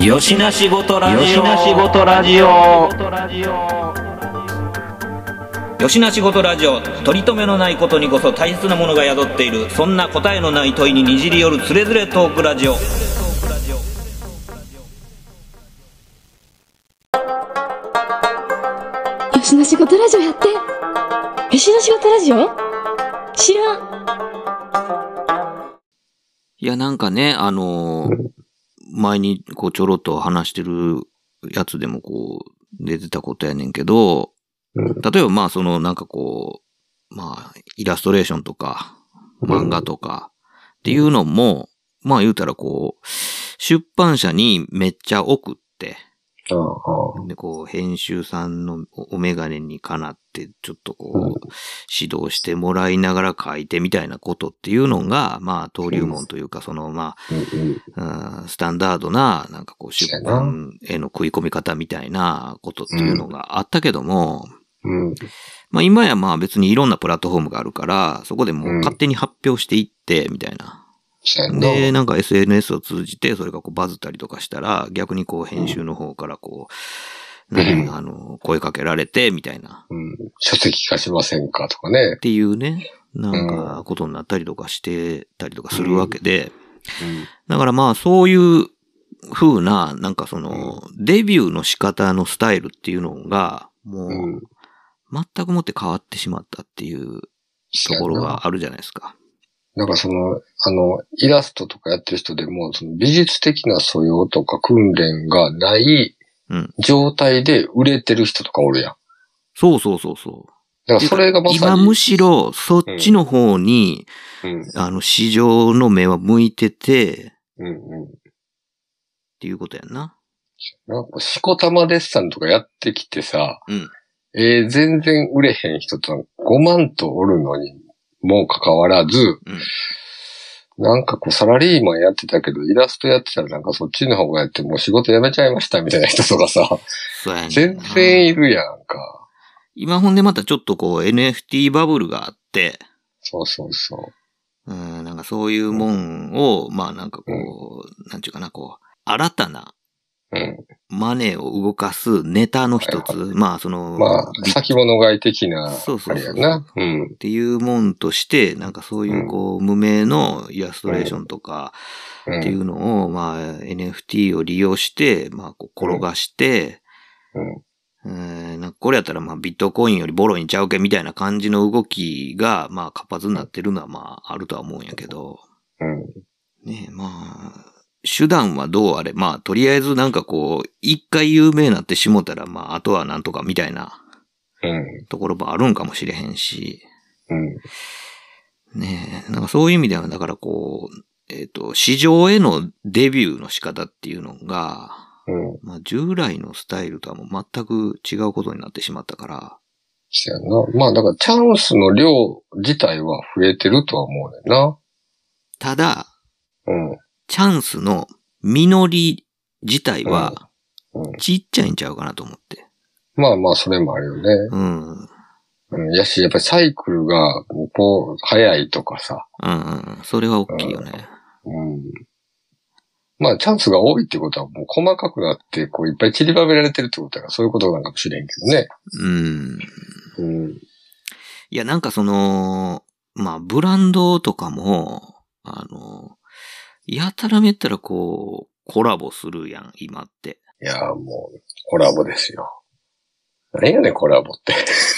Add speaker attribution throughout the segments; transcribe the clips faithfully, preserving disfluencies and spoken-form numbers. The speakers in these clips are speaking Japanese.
Speaker 1: よしなしごとラジオ。よしなしごとラジオ。よしなしごとラジオ。取り留めのないことにこそ大切なものが宿っている。そんな答えのない問いににじり寄るつれづれトークラジオ。よ
Speaker 2: しなしごとラジオやって。よしなしごとラジオ知らん。
Speaker 1: いや、なんかね、あのー、前にこうちょろっと話してるやつでもこう出てたことやねんけど、例えばまあそのなんかこう、まあイラストレーションとか漫画とかっていうのも、まあ言うたらこう、出版社にめっちゃ送って、でこう編集さんのお眼鏡にかなってちょっとこう指導してもらいながら書いてみたいなことっていうのがまあ登竜門というかそのまあスタンダードななんかこう出版への食い込み方みたいなことっていうのがあったけども、まあ今やまあ別にいろんなプラットフォームがあるからそこでもう勝手に発表していってみたいな。で、なんか エスエヌエス を通じてそれがこうバズったりとかしたら逆にこう編集の方からこう、ね、あの、声かけられてみたいな、
Speaker 3: うん。書籍化しませんかとかね。
Speaker 1: っていうね、なんかことになったりとかしてたりとかするわけで、うんうん、だからまあそういう風な、なんかその、デビューの仕方のスタイルっていうのが、もう、全くもって変わってしまったっていうところがあるじゃないですか。
Speaker 3: なんかその、あの、イラストとかやってる人でも、その美術的な素養とか訓練がない状態で売れてる人とかおるやん。
Speaker 1: そうそうそうそう。
Speaker 3: だからそれがまさに。
Speaker 1: 今むしろそっちの方に、うんうん、あの、市場の目は向いてて、うんうん、っていうことやんな。
Speaker 3: なんか、しこたまデッサンとかやってきてさ、うん、えー、全然売れへん人とごまんとおるのに、もかかわらず、うん、なんかこうサラリーマンやってたけど、イラストやってたらなんかそっちの方がやってもう仕事辞めちゃいましたみたいな人とかさ、そうやね、全然いるやんか。
Speaker 1: 今ほんでまたちょっとこう エヌエフティー バブルがあって、
Speaker 3: そうそうそう。
Speaker 1: うん、なんかそういうもんを、うん、まあなんかこう、うん、なんちゅうかな、こう、新たな、うん、マネーを動かすネタの一つ、はいはい、まあその、
Speaker 3: まあ、先物買い的な、そうそうそう、あれやな、
Speaker 1: うん。っていうもんとして、なんかそういうこう、無名のイラストレーションとか、っていうのを、まあ エヌエフティー を利用して、まあこう転がして、うん、えー、なんかこれやったらまあビットコインよりボロいんちゃうけみたいな感じの動きが、まあ活発になってるのはまああるとは思うんやけど、うん、ねえ、まあ、手段はどうあれ、まあ、とりあえずなんかこう、一回有名になってしもたら、まあ、あとはなんとかみたいな、ところもあるんかもしれへんし、うん、ねえ、なんかそういう意味では、だからこう、えっと、市場へのデビューの仕方っていうのが、うん、まあ、従来のスタイルとはもう全く違うことになってしまったから。
Speaker 3: そうやな。まあ、だからチャンスの量自体は増えてるとは思うねんな。
Speaker 1: ただ、うん、チャンスの実り自体はちっちゃいんちゃうかなと思って。
Speaker 3: うんうん、まあまあ、それもあるよね。うん。うん、やし、やっぱりサイクルが、こう、早いとかさ。
Speaker 1: うんうん。それは大きいよね。うん。
Speaker 3: うん、まあ、チャンスが多いってことは、もう細かくなって、こう、いっぱい散りばめられてるってことだから、そういうことなのかもしれんけどね。うん。
Speaker 1: うん。いや、なんかその、まあ、ブランドとかも、あの、やたらめったらこう、コラボするやん、今って。
Speaker 3: いやーもう、コラボですよ。何やねん、コラボって。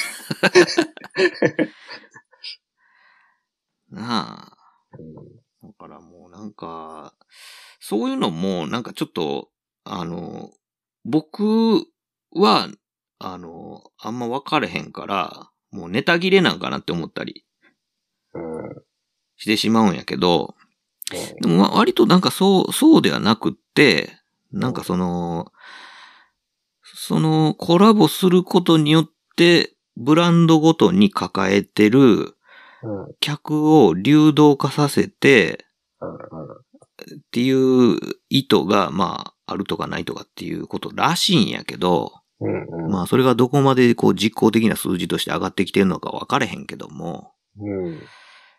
Speaker 1: なあ。うん、だからもうなんか、そういうのもなんかちょっと、あの、僕は、あの、あんま分かれへんから、もうネタ切れなんかなって思ったり、してしまうんやけど、でも割となんかそう、そうではなくって、なんかその、そのコラボすることによって、ブランドごとに抱えてる客を流動化させて、っていう意図が、まあ、あるとかないとかっていうことらしいんやけど、まあ、それがどこまでこう実効的な数字として上がってきてるのか分かれへんけども、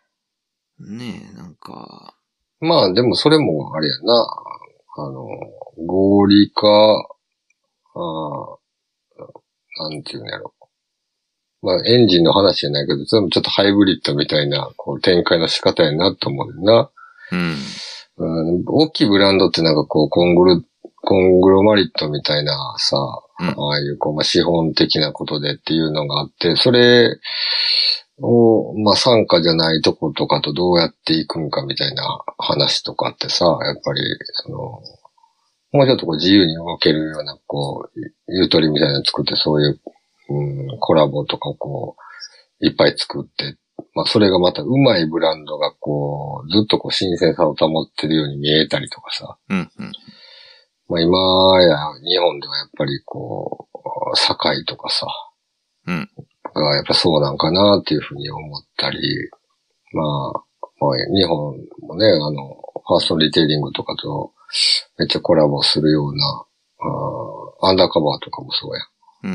Speaker 1: ねえ、なんか。
Speaker 3: まあ、でもそれもあれやな、あの、 合理化、あなんていうんやろ。まあ、エンジンの話じゃないけど、それもちょっとハイブリッドみたいな、こう、展開の仕方やなと思うな。
Speaker 1: うん。
Speaker 3: うん、大きいブランドってなんかこう、コングル、コングロマリットみたいなさ、うん、ああいうこう、まあ、資本的なことでっていうのがあって、それを、まあ、傘下じゃないとことかとどうやっていくんかみたいな話とかってさ、やっぱり、その、もうちょっとこう自由に動けるような、こう、ゆとりみたいなの作って、そういう、うん、コラボとかをこう、いっぱい作って、まあ、それがまたうまいブランドがこう、ずっとこう、新鮮さを保ってるように見えたりとかさ。
Speaker 1: うんうん。
Speaker 3: まあ、今や、日本ではやっぱりこう、堺とかさ。
Speaker 1: うん。
Speaker 3: がやっぱそうなんかなっていうふうに思ったり、まあ、まあ、日本もね、あの、ファーストリテイリングとかとめっちゃコラボするような、あアンダーカバーとかもそうや。
Speaker 1: うん。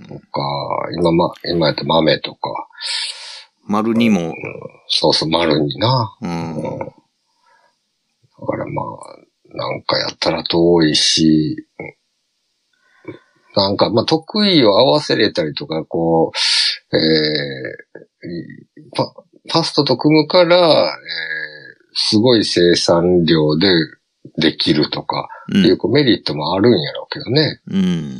Speaker 3: とか、今ま、今やった豆とか。
Speaker 1: 丸にも、
Speaker 3: うん。そうそう、丸にな。
Speaker 1: うん。うん、
Speaker 3: だからまあ、なんかやったら遠いし、なんか、まあ、得意を合わせれたりとか、こう、えー、ファ、ファストと組むから、えー、すごい生産量でできるとか、うん、いうこうメリットもあるんやろうけどね。
Speaker 1: うん。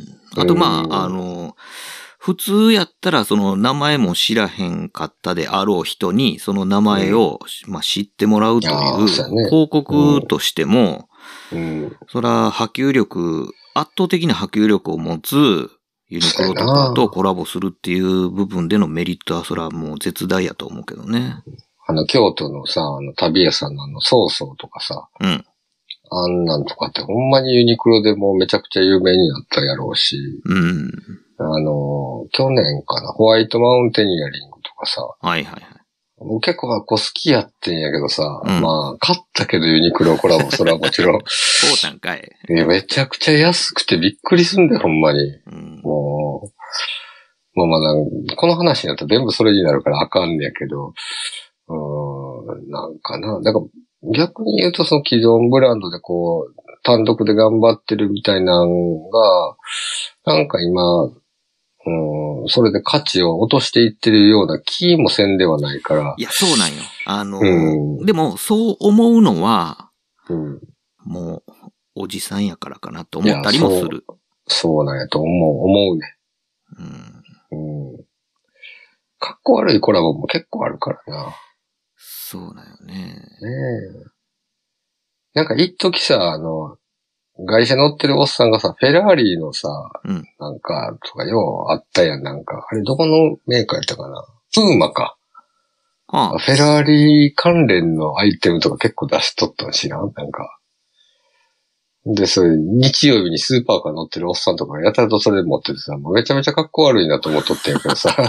Speaker 1: あと、まあ、あの、普通やったら、その名前も知らへんかったであろう人に、その名前を、うん、まあ、知ってもらうという、広告としても、うん、そら、波及力、圧倒的な波及力を持つユニクロとかとコラボするっていう部分でのメリットは、それはもう絶大やと思うけどね。
Speaker 3: あの、京都のさ、あの、旅屋さんのあの、ソーソーとかさ、
Speaker 1: うん。
Speaker 3: あんなんとかってほんまにユニクロでもうめちゃくちゃ有名になったやろうし、
Speaker 1: うん。
Speaker 3: あの、去年かな、ホワイトマウンテニアリングとかさ、
Speaker 1: はいはいはい。
Speaker 3: 僕結構こう好きやってんやけどさ、うん、まあ、買ったけどユニクロコラボ、それはもちろん。
Speaker 1: そうなんかい。
Speaker 3: いや、めちゃくちゃ安くてびっくりすんだよ、ほんまに。うん、もう、まあまあなんこの話になったら全部それになるからあかんねやけど、うーん、なんかな。だから逆に言うとその既存ブランドでこう、単独で頑張ってるみたいなのが、なんか今、うん、それで価値を落としていってるような気もせんではないから。
Speaker 1: いや、そうなんよ。あの、うん、でも、そう思うのは、
Speaker 3: うん、
Speaker 1: もう、おじさんやからかなと思ったりもする。
Speaker 3: そう、そうなんやと思う、思うね。
Speaker 1: うん
Speaker 3: うん。かっこ悪いコラボも結構あるからな。
Speaker 1: そうだよね。
Speaker 3: ねえ。なんか一時さ、あの、外車乗ってるおっさんがさ、フェラーリのさ、
Speaker 1: うん、
Speaker 3: なんか、とかようあったやん、なんか。あれどこのメーカーやったかな？プーマか。
Speaker 1: はあ、
Speaker 3: フェラーリ関連のアイテムとか結構出しとったんしな、なんか。で、それ、日曜日にスーパーカー乗ってるおっさんとかやたらとそれ持っててさ、もうめちゃめちゃかっこ悪いなと思っとってんやけどさ。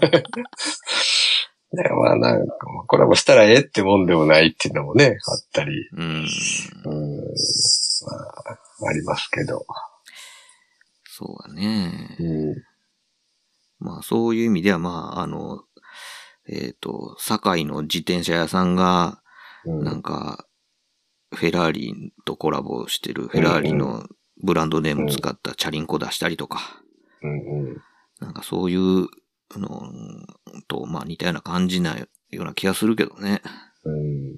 Speaker 3: ね、まあなんか、これもしたらええってもんでもないっていうのもね、あったり。
Speaker 1: うん。
Speaker 3: うん、まあ、ありますけど。
Speaker 1: そうだね。
Speaker 3: うん、
Speaker 1: まあそういう意味では、まあ、あの、えっと、堺の自転車屋さんが、なんか、フェラーリとコラボしてる、フェラーリのブランドネーム使ったチャリンコ出したりとか、
Speaker 3: うんうん、
Speaker 1: なんかそういうのと、まあ似たような感じなような気がするけどね。
Speaker 3: うん、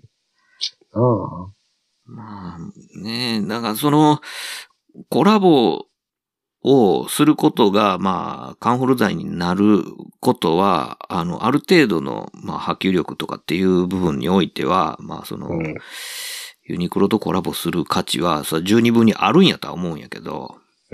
Speaker 3: ああ。
Speaker 1: まあね、なんかその、コラボをすることが、まあ、カンフル剤になることは、あの、ある程度の、まあ、波及力とかっていう部分においては、まあ、その、うん、ユニクロとコラボする価値は、さ、十二分にあるんやとは思うんやけど、
Speaker 3: うん、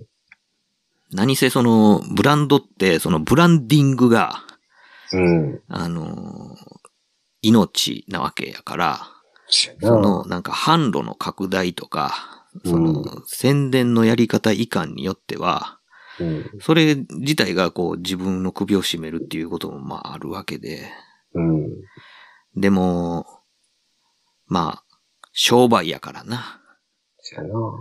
Speaker 1: 何せその、ブランドって、そのブランディングが、
Speaker 3: うん、
Speaker 1: あの、命なわけやから、その、なんか販路の拡大とか、その、うん、宣伝のやり方いかんによっては、うん、それ自体がこう自分の首を絞めるっていうこともまああるわけで。
Speaker 3: うん、
Speaker 1: でも、まあ、商売やからな。
Speaker 3: そうやな。うん。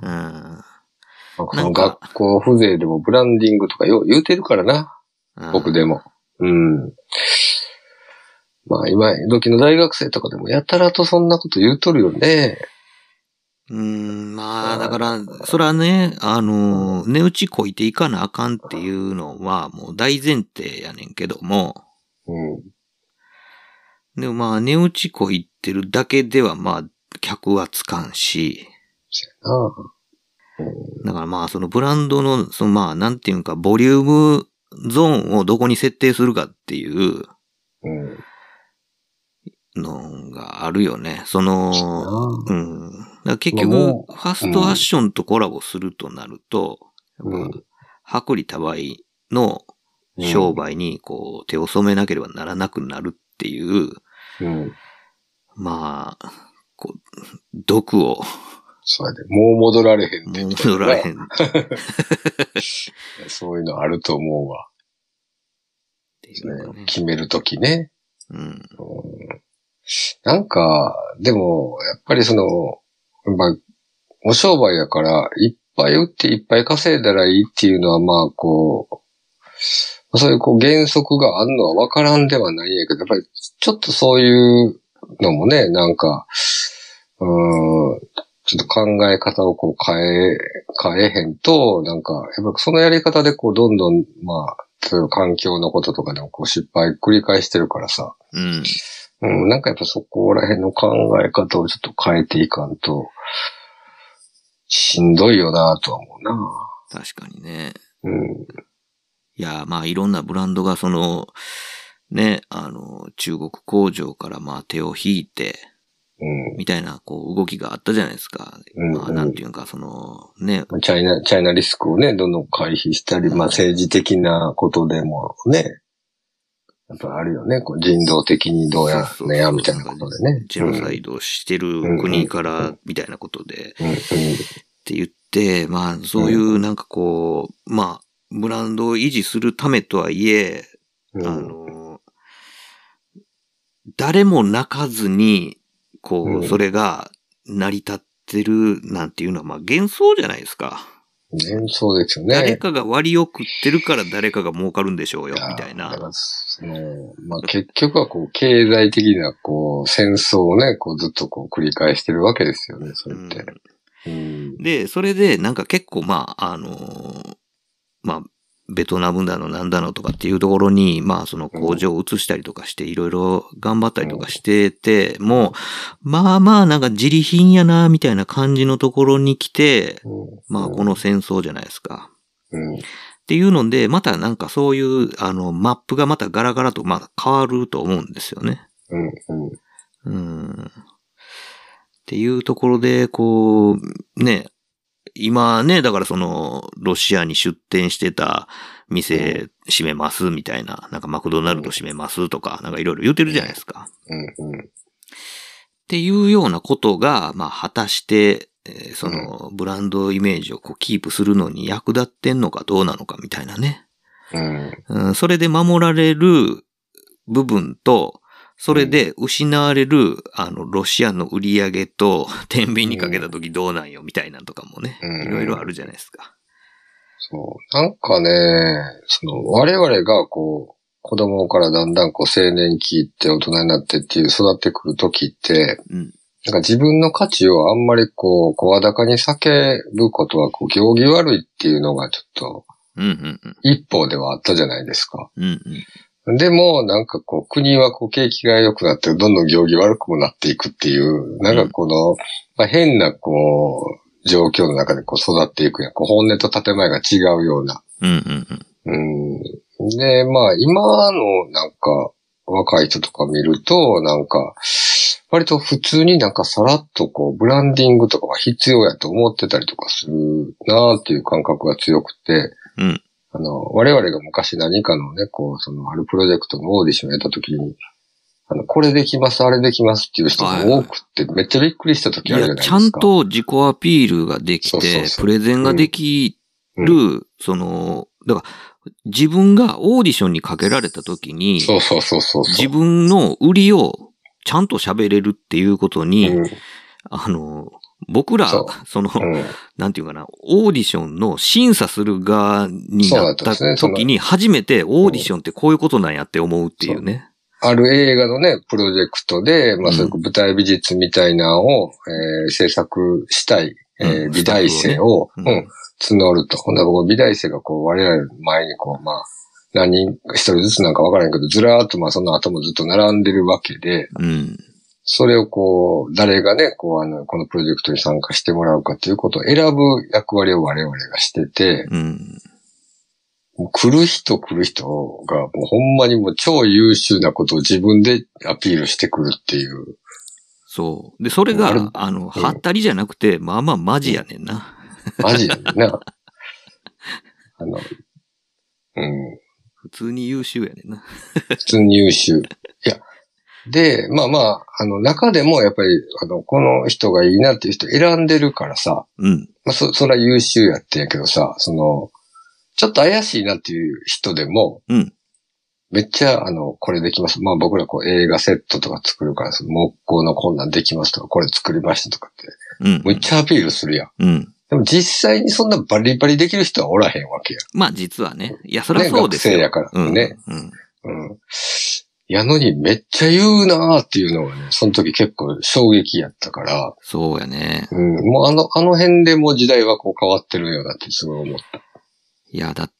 Speaker 1: なん
Speaker 3: か学校風情でもブランディングとかよう言うてるからな。僕でも。うん。まあ今、時の大学生とかでもやたらとそんなこと言うとるよね。
Speaker 1: うーん、まあ、だから、それはね、あの、値打ちこいていかなあかんっていうのは、もう大前提やねんけども、
Speaker 3: うん。
Speaker 1: でもまあ、値打ちこいてるだけでは、まあ、客はつかんし、
Speaker 3: ああ。
Speaker 1: だからまあ、そのブランドの、そのまあ、なんていうか、ボリュームゾーンをどこに設定するかっていうのがあるよね。その、うん。だから結局、ファストファッションとコラボするとなると、やっぱ、薄利多売の商売にこう、手を染めなければならなくなるっていう、まあ、こう、毒を、
Speaker 3: そうやで、もう戻られへん
Speaker 1: ね。もう戻られへん。
Speaker 3: そういうのあると思うわ。ね、決めるときね、うん。なんか、でも、やっぱりその、まあ、お商売やから、いっぱい売っていっぱい稼いだらいいっていうのは、まあ、こう、そういうこう原則があるのはわからんではないんやけど、やっぱりちょっとそういうのもね、なんか、うーん、ちょっと考え方をこう変え、変えへんと、なんか、やっぱそのやり方でこうどんどん、まあ、例えば環境のこととかでもこう失敗繰り返してるからさ。うん。うん、なんかやっぱそこら辺の考え方をちょっと変えていかんと、しんどいよなとは思うな。
Speaker 1: 確かにね。うん。いや、まあいろんなブランドがその、ね、あの、中国工場からまあ手を引いて、うん、みたいな、こう、動きがあったじゃないですか。うんうん、まあ、なんていうか、その、ね。
Speaker 3: チャイナ、チャイナリスクをね、どんどん回避したり、まあ、政治的なことでもね、やっぱあるよね。こう人道的にどうやねや、みたいなことでね。
Speaker 1: ジェノサイドしてる国から、みたいなことで、って言って、まあ、そういうなんかこう、まあ、ブランドを維持するためとはいえ、あの、誰も泣かずに、こう、それが成り立ってるなんていうのは、まあ幻想じゃないですか。
Speaker 3: 幻想ですよね。
Speaker 1: 誰かが割を食ってるから誰かが儲かるんでしょうよ、みたいな。だから
Speaker 3: そのまあ結局はこう、経済的なこう、戦争をね、こうずっとこう繰り返してるわけですよね、それって。
Speaker 1: うん、で、それでなんか結構まあ、あのー、まあ、ベトナムだのなんだのとかっていうところに、まあその工場を移したりとかしていろいろ頑張ったりとかしてて、もう、まあまあなんか自利品やな、みたいな感じのところに来て、まあこの戦争じゃないですか。っていうので、またなんかそういうあのマップがまたガラガラとまた変わると思うんですよね。うん。っていうところで、こう、ね、今ね、だからその、ロシアに出店してた店閉めますみたいな、なんかマクドナルド閉めますとか、なんかいろいろ言ってるじゃないですか。うんうん、っていうようなことが、まあ果たして、えー、その、ブランドイメージをこうキープするのに役立ってんのかどうなのかみたいなね。うんうん、それで守られる部分と、それで失われる、あの、ロシアの売り上げと、天秤にかけたときどうなんよ、みたいなとかもね、いろいろあるじゃないですか。
Speaker 3: そう。なんかね、その、我々がこう、子供からだんだんこう、青年期って大人になってっていう育ってくるときって、うん、なんか自分の価値をあんまりこう、声高に叫ぶことは、こう、行儀悪いっていうのがちょっと、一方ではあったじゃないですか。うんうんでも、なんかこう、国はこう、景気が良くなって、どんどん行儀悪くもなっていくっていう、なんかこの、まあ、変なこう、状況の中でこう、育っていくやん。こう、本音と建前が違うような。うんうんうん。うん。で、まあ、今のなんか、若い人とか見ると、なんか、割と普通になんかさらっとこう、ブランディングとかが必要やと思ってたりとかするなーっていう感覚が強くて、うん。あの、我々が昔何かのね、こう、その、あるプロジェクトのオーディションやった時に、あの、これできます、あれできますっていう人が多くって、めっちゃびっくりした時あるじゃないですか。
Speaker 1: いや、ちゃんと自己アピールができて、そうそうそうプレゼンができる、うん、その、だから、自分がオーディションにかけられた時に、
Speaker 3: そうそうそうそう
Speaker 1: 自分の売りをちゃんと喋れるっていうことに、うん、あの、僕ら、そ, その、うん、なんていうかな、オーディションの審査する側になった時に、初めてオーディションってこういうことなんやって思うっていうね。
Speaker 3: ある映画のね、プロジェクトで、まあ、そういう舞台美術みたいなのを、えー、制作したい、えーうん、美大生を、ね、うん、募ると。ほんならこう美大生がこう、我々の前にこう、まあ、何人、一人ずつなんかわからないけど、ずらーっとまあ、その後もずっと並んでるわけで、
Speaker 1: うん、
Speaker 3: それをこう、誰がね、こう、あの、このプロジェクトに参加してもらうかということを選ぶ役割を我々がしてて、
Speaker 1: うん
Speaker 3: もう来る人来る人がもうほんまにもう超優秀なことを自分でアピールしてくるっていう。
Speaker 1: そう。で、それが、あの、はったりじゃなくて、うん、まあまあマジやねんな。
Speaker 3: マジやねんな。あの、うん。
Speaker 1: 普通に優秀やねんな。
Speaker 3: 普通に優秀。いや。で、まあまあ、あの、中でもやっぱり、あの、この人がいいなっていう人選んでるからさ。
Speaker 1: うん。
Speaker 3: まあ、そ、それは優秀やってんやけどさ、その、ちょっと怪しいなっていう人でも、
Speaker 1: うん。
Speaker 3: めっちゃ、あの、これできます。まあ僕らこう映画セットとか作るから、その木工のこんなんできますとか、これ作りましたとかって、
Speaker 1: うん。
Speaker 3: めっちゃアピールするやん。
Speaker 1: うん。
Speaker 3: でも実際にそんなバリバリできる人はおらへんわけや。
Speaker 1: まあ実はね。いや、そりゃそうですよ。
Speaker 3: ね、学生やからね。
Speaker 1: うん。
Speaker 3: うん。うん。やのにめっちゃ言うなーっていうのがね、その時結構衝撃やったから。
Speaker 1: そうやね。
Speaker 3: うん。もうあの、あの辺でもう時代はこう変わってるよなってすごい思った。
Speaker 1: いや、だって、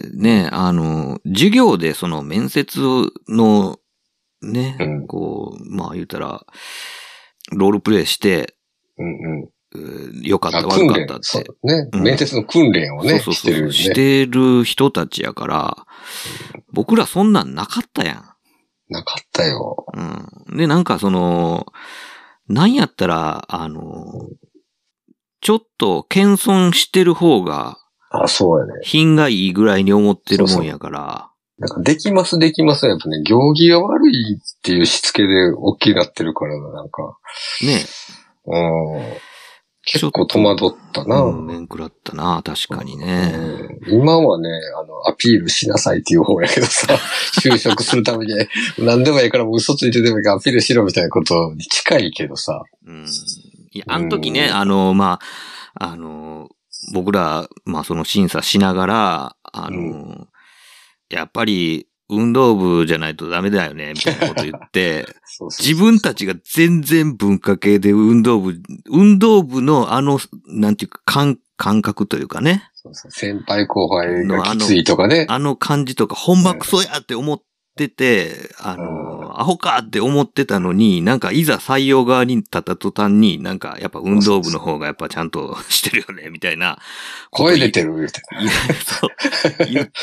Speaker 1: ね、あの、授業でその面接の、ね、うん、こう、まあ言うたら、ロールプレイして、
Speaker 3: うん
Speaker 1: うん、よかった、悪かったって。
Speaker 3: そうね、うん。面接の訓練をね、
Speaker 1: そうそうそう
Speaker 3: してるよね。
Speaker 1: してる人たちやから、うん、僕らそんなんなかったやん。
Speaker 3: なかったよ。
Speaker 1: うん。で、なんかその、なんやったら、あの、ちょっと謙遜してる方が、
Speaker 3: あ、そうやね。
Speaker 1: 品がいいぐらいに思ってるもんやから。そうそう
Speaker 3: なんかできますできますやっぱね、行儀が悪いっていうしつけで大きくなってるからな、なんか。
Speaker 1: ね
Speaker 3: え。うん。結構戸惑ったな。
Speaker 1: うん、面食らったな、確かにね、
Speaker 3: うん。今はね、あの、アピールしなさいっていう方やけどさ、就職するために、何でもいいからもう嘘ついてでもいいからアピールしろみたいなことに近いけどさ。
Speaker 1: うん。いや、あの時ね、うん、あの、まあ、あの、僕ら、まあその審査しながら、あの、うん、やっぱり運動部じゃないとダメだよね、みたいなこと言って、そうそうそう自分たちが全然文化系で運動部、運動部のあの、なんていうか感、感覚というかね。
Speaker 3: そうそう先輩後輩がきついとかね。
Speaker 1: あの感じとか、ほんまクソやって思ってて、あの、うん、アホかって思ってたのに、なんかいざ採用側に立った途端に、なんかやっぱ運動部の方がやっぱちゃんとしてるよね、みたいな。
Speaker 3: 声出てるみたいな。
Speaker 1: そう。言って、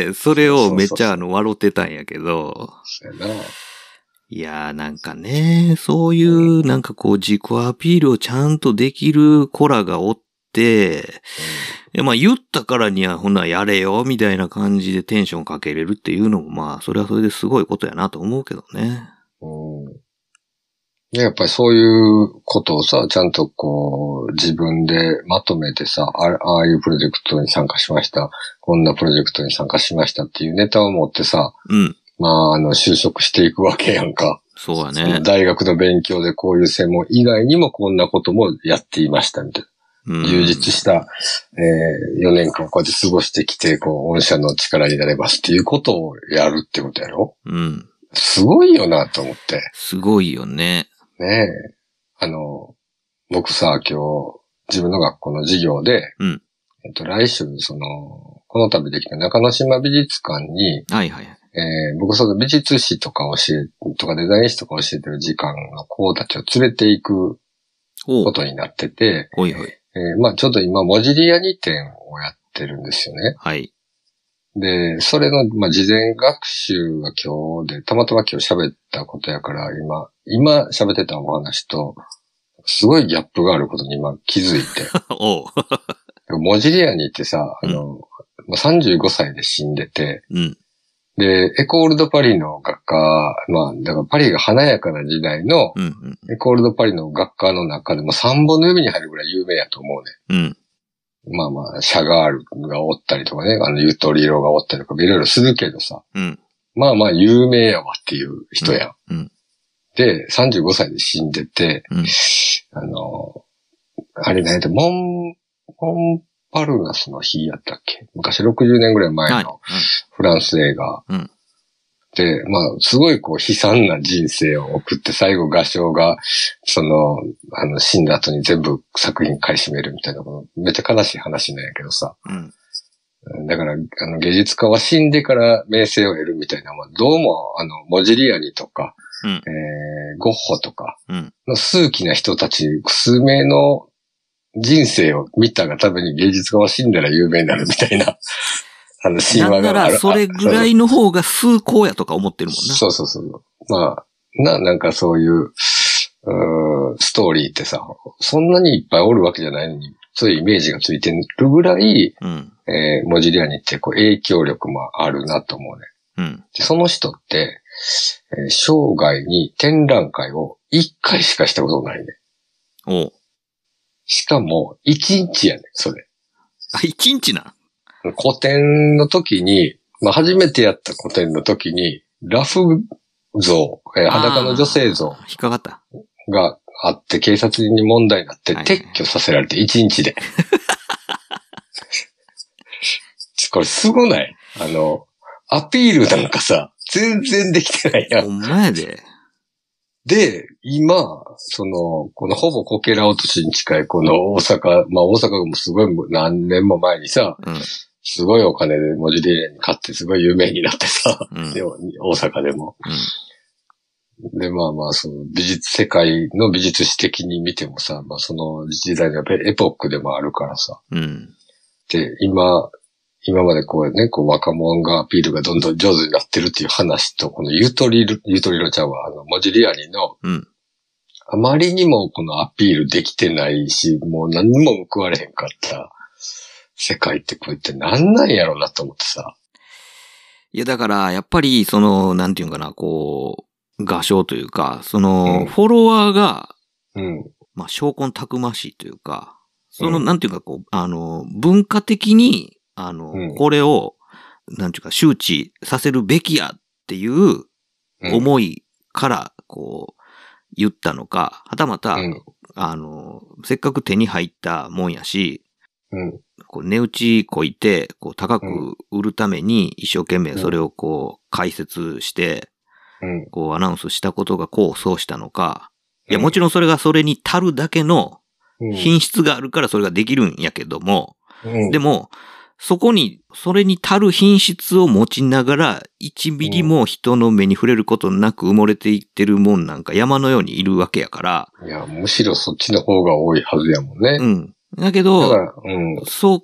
Speaker 1: それをめっちゃあの、笑ってたんやけど。
Speaker 3: そうやな。
Speaker 1: いやーなんかね、そういうなんかこう自己アピールをちゃんとできる子らがおって、うん、いやまあ言ったからにはほなやれよみたいな感じでテンションかけれるっていうのもまあそれはそれですごいことやなと思うけどね。
Speaker 3: うん。やっぱりそういうことをさ、ちゃんとこう自分でまとめてさ、あ, ああいうプロジェクトに参加しました、こんなプロジェクトに参加しましたっていうネタを持ってさ、
Speaker 1: うん。
Speaker 3: まああの就職していくわけやんか。
Speaker 1: そうだね。
Speaker 3: 大学の勉強でこういう専門以外にもこんなこともやっていましたみたいな。充実した、えー、よねんかんこうやって過ごしてきて、こう、御社の力になれますっていうことをやるってことやろ？
Speaker 1: うん。
Speaker 3: すごいよなと思って。
Speaker 1: すごいよね。
Speaker 3: ねえ。あの、僕さ、今日、自分の学校の授業で、
Speaker 1: うん。
Speaker 3: えっと、来週、その、この度できた中之島美術館に、
Speaker 1: はいはい。
Speaker 3: えー、僕その美術史とか教え、とかデザイン史とか教えてる時間の子たちを連れて行くことになってて、
Speaker 1: ほいほい。
Speaker 3: えー、まあちょっと今、モジリアニ展をやってるんですよね。
Speaker 1: はい。
Speaker 3: で、それの、まあ事前学習が今日で、たまたま今日喋ったことやから、今、今喋ってたお話と、すごいギャップがあることに今気づいて。
Speaker 1: おう。
Speaker 3: モジリアニってさ、あの、うん、さんじゅうごさいで死んでて、
Speaker 1: うん。
Speaker 3: で、エコールドパリの学科、まあ、だからパリが華やかな時代の、エコールドパリの学科の中でもさんぼんの指に入るぐらい有名やと思う
Speaker 1: ね。
Speaker 3: うん。まあまあ、シャガールがおったりとかね、あの、ユトリロがおったりとか、いろいろするけどさ。
Speaker 1: うん。
Speaker 3: まあまあ、有名やわっていう人やん。
Speaker 1: うん。うん、
Speaker 3: で、さんじゅうごさいで死んでて、
Speaker 1: うん、
Speaker 3: あの、あれ何やったモン、モンパルナスの日やったっけ？昔ろくじゅうねんぐらい前のフランス映画。
Speaker 1: うん、
Speaker 3: で、まあ、すごいこう悲惨な人生を送って最後画商が、その、あの、死んだ後に全部作品買い占めるみたいな、めっちゃ悲しい話なんやけどさ。うん、だから、あの、芸術家は死んでから名声を得るみたいな、まあ、どうも、あの、モジリアニとか、うん、えー、ゴッホとか、の数奇な人たち、数名の人生を見たがために芸術家は死んだら有名になるみたいな。あの、神話がある。
Speaker 1: だから、それぐらいの方が崇高やとか思ってるもんな。
Speaker 3: そうそうそう。まあ、な、なんかそういう、うーストーリーってさ、そんなにいっぱいおるわけじゃないのに、そういうイメージがついてるぐらい、うん、えー、モジリアニってこう影響力もあるなと思うね。うん、でその人って、えー、生涯に展覧会をいっかいしかしたことないね。おしかも、いちにちやね、それ。
Speaker 1: あ、いちにちな。
Speaker 3: 個展の時に、まあ、初めてやった個展の時に、ラフ像、えー、裸の女性像。
Speaker 1: 引っかかった。
Speaker 3: があって、警察に問題になって、撤去させられていちにちで。これすごない？あの、アピールなんかさ、全然できてないやん。
Speaker 1: ほんまやで。
Speaker 3: で、今、その、このほぼこけら落としに近いこの大阪、まあ大阪もすごい何年も前にさ、うん、すごいお金でモジリエに買ってすごい有名になってさ、うん、大阪でも、うん。で、まあまあ、その美術世界の美術史的に見てもさ、まあその時代のエポックでもあるからさ、うん、で、今、今までこうね、こう若者がアピールがどんどん上手になってるっていう話と、このユートリル、ユートリロちゃんは、あの、モジリアニの、うん、あまりにもこのアピールできてないし、もう何にも報われへんかった世界ってこうやってなんなんやろうなと思ってさ。
Speaker 1: いや、だから、やっぱり、その、なんていうかな、こう、画商というか、その、うん、フォロワーが、うん、まあ、証拠たくましいというか、その、うん、なんていうか、こう、あの、文化的に、あの、うん、これを、なんていうか、周知させるべきやっていう思いから、こう、言ったのか、はたまた、うん、あの、せっかく手に入ったもんやし、うん、こう値打ちこいて、こう、高く売るために一生懸命それをこう、解説して、うん、こう、アナウンスしたことがこう、そうしたのか、いや、もちろんそれがそれに足るだけの品質があるからそれができるんやけども、うん、でも、そこに、それに足る品質を持ちながら、いちミリも人の目に触れることなく埋もれていってるもんなんか山のようにいるわけやから。
Speaker 3: いや、むしろそっちの方が多いはずやもんね。
Speaker 1: うん。だけど、だからうん、そう、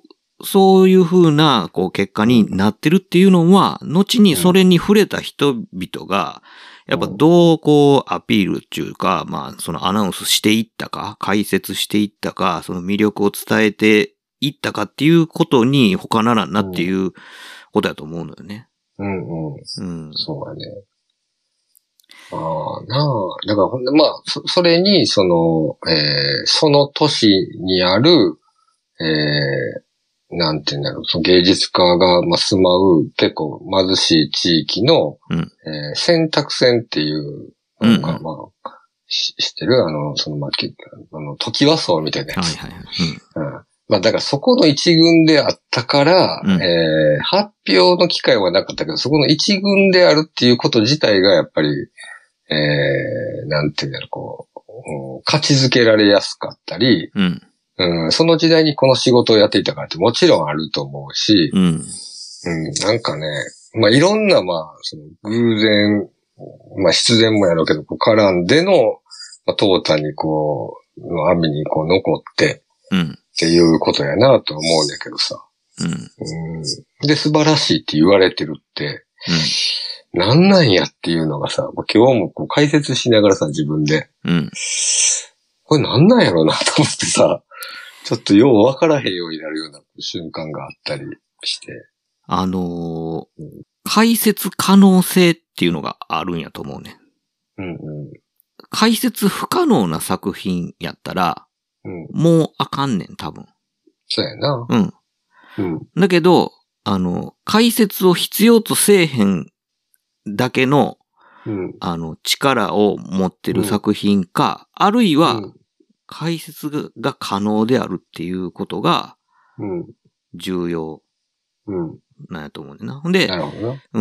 Speaker 1: そういう風な、こう、結果になってるっていうのは、後にそれに触れた人々が、やっぱどうこうアピールっていうか、まあ、そのアナウンスしていったか、解説していったか、その魅力を伝えて、行ったかっていうことに他ならんなっていうことだと思うのよね。
Speaker 3: うんうん。うん。そうだね。ああ、なあ。だからほんで、まあ、そ、それに、その、えー、その都市にある、えー、なんていうんだろう、その芸術家が、まあ、住まう結構貧しい地域の、うんえー、選択線っていうのが、うん、まあ、知ってるあの、その、まあ、あの、トキワ荘みたいなやつ。はいはいはい。うんうんまあだからそこの一軍であったから、うん、えー、発表の機会はなかったけど、そこの一軍であるっていうこと自体がやっぱり、えー、なんていうんだろう、こう、うん、価値づけられやすかったり、うんうん、その時代にこの仕事をやっていたからってもちろんあると思うし、うんうん、なんかね、まあいろんなまあ、その偶然、まあ必然もやろうけど、こう絡んでの、まあ、淘汰にこう、の網にこう残って、うんっていうことやなと思うんだけどさ。うん。うん、で、素晴らしいって言われてるって、うん、なんなんやっていうのがさ、今日もこう解説しながらさ、自分で。うん。これなんなんやろうなと思ってさ、ちょっとよう分からへんようになるような瞬間があったりして。
Speaker 1: あのーうん、解説可能性っていうのがあるんやと思うね。うんうん。解説不可能な作品やったら、うん、もうあかんねん、多分。
Speaker 3: そうやな。
Speaker 1: うん。うん。だけど、あの、解説を必要とせえへんだけの、うん、あの、力を持ってる作品か、うん、あるいは、解説が可能であるっていうことが、重要なんやと思うんだよな。ほんで、
Speaker 3: なるほどな。
Speaker 1: うん。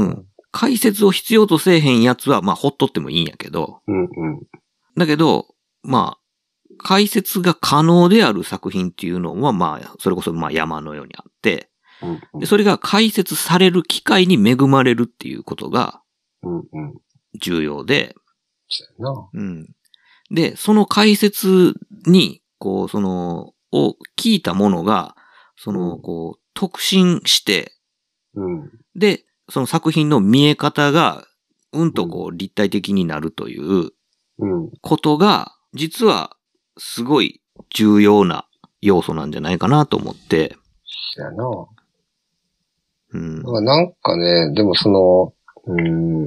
Speaker 1: 解説を必要とせえへんやつは、まあ、ほっとってもいいんやけど、
Speaker 3: うんうん。
Speaker 1: だけど、まあ、解説が可能である作品っていうのは、まあ、それこそ、まあ、山のようにあって、
Speaker 3: うんうん、
Speaker 1: でそれが解説される機会に恵まれるっていうことが、重要で、
Speaker 3: そうやな。
Speaker 1: うん。で、その解説に、こう、その、を聞いたものが、その、こう、特進して、
Speaker 3: うん、
Speaker 1: で、その作品の見え方が、うんとこう、立体的になるということが、実は、すごい重要な要素なんじゃないかなと思って。
Speaker 3: そうやな。
Speaker 1: うん。
Speaker 3: なんかね、でもその、うん、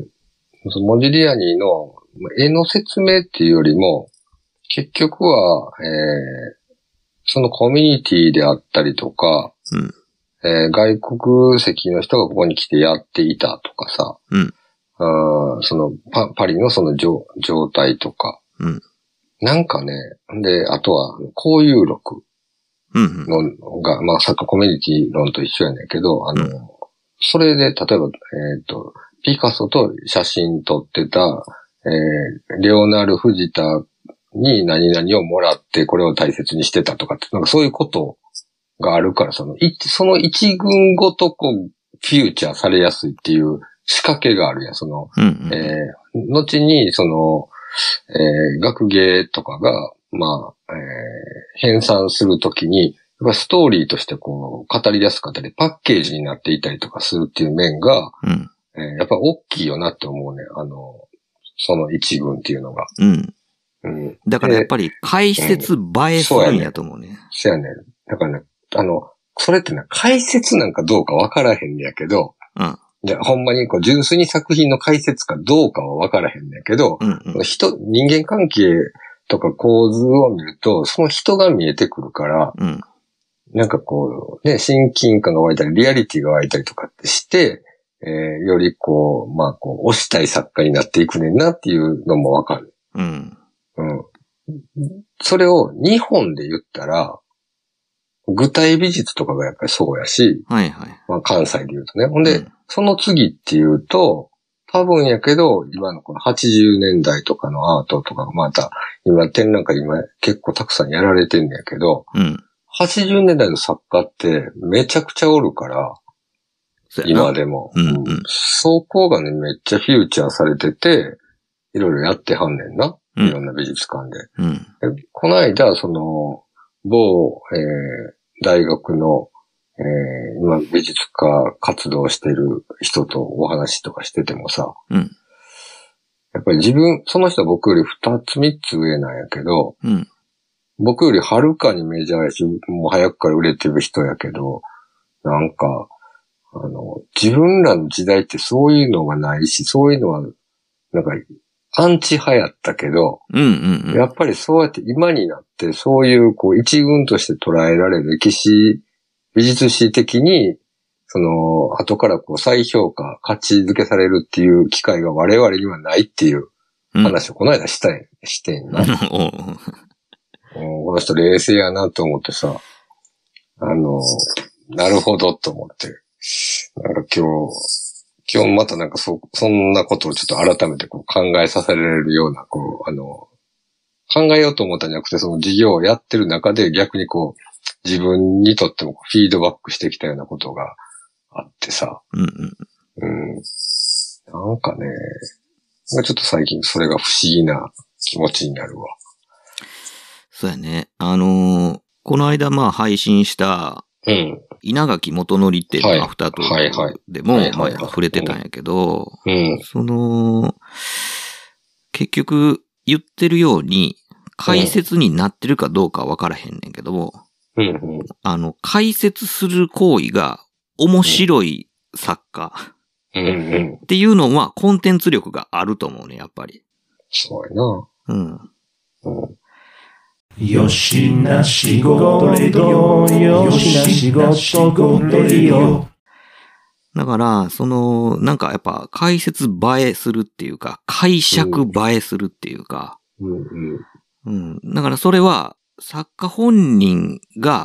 Speaker 3: そのモディリアニの絵の説明っていうよりも、結局は、えー、そのコミュニティであったりとか、
Speaker 1: うん
Speaker 3: えー、外国籍の人がここに来てやっていたとかさ、
Speaker 1: うん、
Speaker 3: あその パ, パリのその状態とか、
Speaker 1: うん、
Speaker 3: なんかね、で、あとは交友録の、うんうん、が、まあ、作家コミュニティ論と一緒やねんけど、あの、うん、それで、例えば、えっと、ピカソと写真撮ってた、えー、レオナル・フジタに何々をもらってこれを大切にしてたとかって、なんかそういうことがあるから、その、その一群ごとこう、フューチャーされやすいっていう仕掛けがあるやん、その、
Speaker 1: うんうん、
Speaker 3: えー、後に、その、えー、学芸とかが、まあ、えー、編纂するときに、やっぱストーリーとしてこう、語りやすかったり、パッケージになっていたりとかするっていう面が、
Speaker 1: うん
Speaker 3: えー、やっぱ大きいよなって思うね。あの、その一群っていうのが。
Speaker 1: うん。
Speaker 3: うん。
Speaker 1: だからやっぱり解説映えするんやと思うね。
Speaker 3: そうやね。だからね、あの、それってね、解説なんかどうかわからへんねやけど、
Speaker 1: うん。
Speaker 3: じゃほんまにこう、純粋に作品の解説かどうかはわからへんねんけど、
Speaker 1: うんうん、
Speaker 3: 人、人間関係とか構図を見ると、その人が見えてくるから、
Speaker 1: うん、
Speaker 3: なんかこう、ね、親近感が湧いたり、リアリティが湧いたりとかってして、えー、よりこう、まあこう、推したい作家になっていくねんなっていうのもわかる。
Speaker 1: うん。
Speaker 3: うん。それを日本で言ったら、具体美術とかがやっぱりそうやし、
Speaker 1: はいはい。
Speaker 3: まあ関西で言うとね。ほんで、
Speaker 1: うん、
Speaker 3: その次っていうと、多分やけど、今のこのはちじゅうねんだいとかのアートとかがまた、今展覧会今結構たくさんやられてんねやけど、
Speaker 1: うん、
Speaker 3: はちじゅうねんだいの作家ってめちゃくちゃおるから、今でも、
Speaker 1: うんうん、
Speaker 3: そこがね、めっちゃフューチャーされてて、いろいろやってはんねんな。いろんな美術館で。
Speaker 1: うん、
Speaker 3: でこの間、その、某、えー、大学の、えー、今美術家活動してる人とお話とかしててもさ、
Speaker 1: うん、
Speaker 3: やっぱり自分、その人は僕より二つ三つ上なんやけど、
Speaker 1: うん、
Speaker 3: 僕よりはるかにメジャーやし、もう早くから売れてる人やけど、なんか、あの、自分らの時代ってそういうのがないし、そういうのは、なんか、アンチ派やったけど、
Speaker 1: うんうんうん、
Speaker 3: やっぱりそうやって今になって、そういうこう一群として捉えられる歴史、美術史的に、その、後からこう再評価、価値づけされるっていう機会が我々にはないっていう話をこの間したん、してんな。うん、この人冷静やなと思ってさ、あの、なるほどと思って。なんか今日、今日またなんかそ、そんなことをちょっと改めてこう考えさせられるような、こう、あの、考えようと思ったんじゃなくて、その事業をやってる中で逆にこう、自分にとってもフィードバックしてきたようなことがあってさ。
Speaker 1: うんうん
Speaker 3: うん、なんかね、ちょっと最近それが不思議な気持ちになるわ。
Speaker 1: そうやね。あのー、この間まあ配信した、
Speaker 3: うん。
Speaker 1: 稲垣元則っていうアフタートークでも、まあ触れてたんやけど、
Speaker 3: うん、
Speaker 1: その、結局言ってるように、解説になってるかどうかは分からへんねんけども、
Speaker 3: うんうん、
Speaker 1: あの、解説する行為が面白い作家っていうのはコンテンツ力があると思うね、やっぱり。
Speaker 3: そうやな。
Speaker 1: うん。
Speaker 3: うん
Speaker 4: よしな仕事レディオ、よしな仕事レディオ。
Speaker 1: だから、その、なんかやっぱ解説映えするっていうか、解釈映えするっていうか、
Speaker 3: うんうん
Speaker 1: うん。だからそれは、作家本人が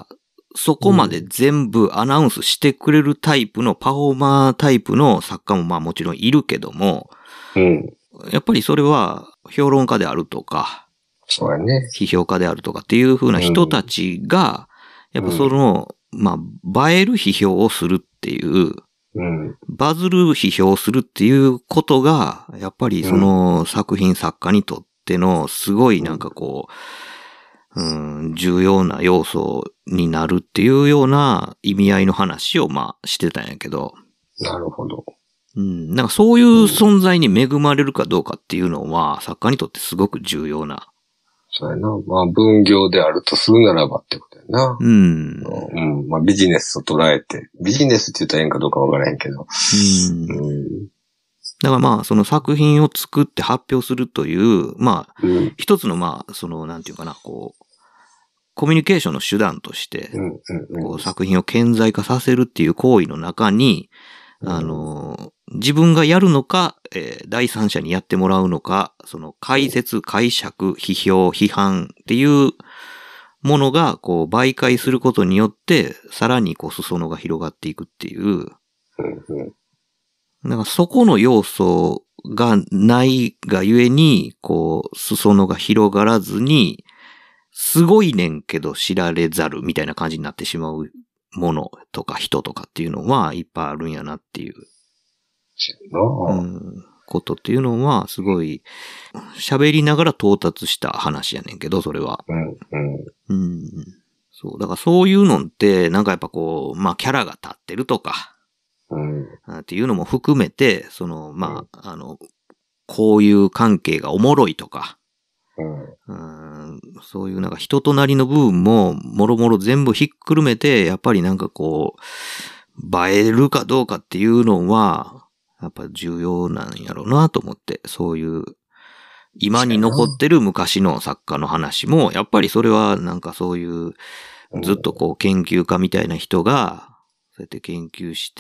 Speaker 1: そこまで全部アナウンスしてくれるタイプのパフォーマータイプの作家もまあもちろんいるけども、
Speaker 3: うん。
Speaker 1: やっぱりそれは評論家であるとか、
Speaker 3: そうやね。
Speaker 1: 批評家であるとかっていう風な人たちが、やっぱその、まあ、映える批評をするっていう、
Speaker 3: うん、
Speaker 1: バズる批評をするっていうことが、やっぱりその作品作家にとってのすごいなんかこう、うん、重要な要素になるっていうような意味合いの話をまあしてたんやけど。
Speaker 3: なるほど。
Speaker 1: うん、なんかそういう存在に恵まれるかどうかっていうのは、作家にとってすごく重要な。
Speaker 3: そうやな。まあ文業であるとするならばってことやな。
Speaker 1: うん。
Speaker 3: うん。まあビジネスと捉えて。ビジネスって言ったらええんかどうかわからへんけど。
Speaker 1: うん。うん、だからまあその作品を作って発表するという、まあ、うん、一つのまあ、そのなんていうかな、こう、コミュニケーションの手段として、うんうんうん、こう作品を顕在化させるっていう行為の中に、あの、自分がやるのか、えー、第三者にやってもらうのか、その解説、解釈、批評、批判っていうものが、こう、媒介することによって、さらにこう、裾野が広がっていくっていう。だからそこの要素がないがゆえに、こう、裾野が広がらずに、すごいねんけど知られざるみたいな感じになってしまうものとか人とかっていうのはいっぱいあるんやなっていう、うん、ことっていうのはすごい喋りながら到達した話やねんけど、それは。うんうんうん、そう。だからそういうのってなんかやっぱこう、まあキャラが立ってるとか、うん、っていうのも含めて、その、まあ、あの、こういう関係がおもろいとか、うん、そういうなんか人となりの部分ももろもろ全部ひっくるめて、やっぱりなんかこう、映えるかどうかっていうのは、やっぱ重要なんやろうなと思って、そういう、今に残ってる昔の作家の話も、やっぱりそれはなんかそういう、ずっとこう研究家みたいな人が、そうやって研究して、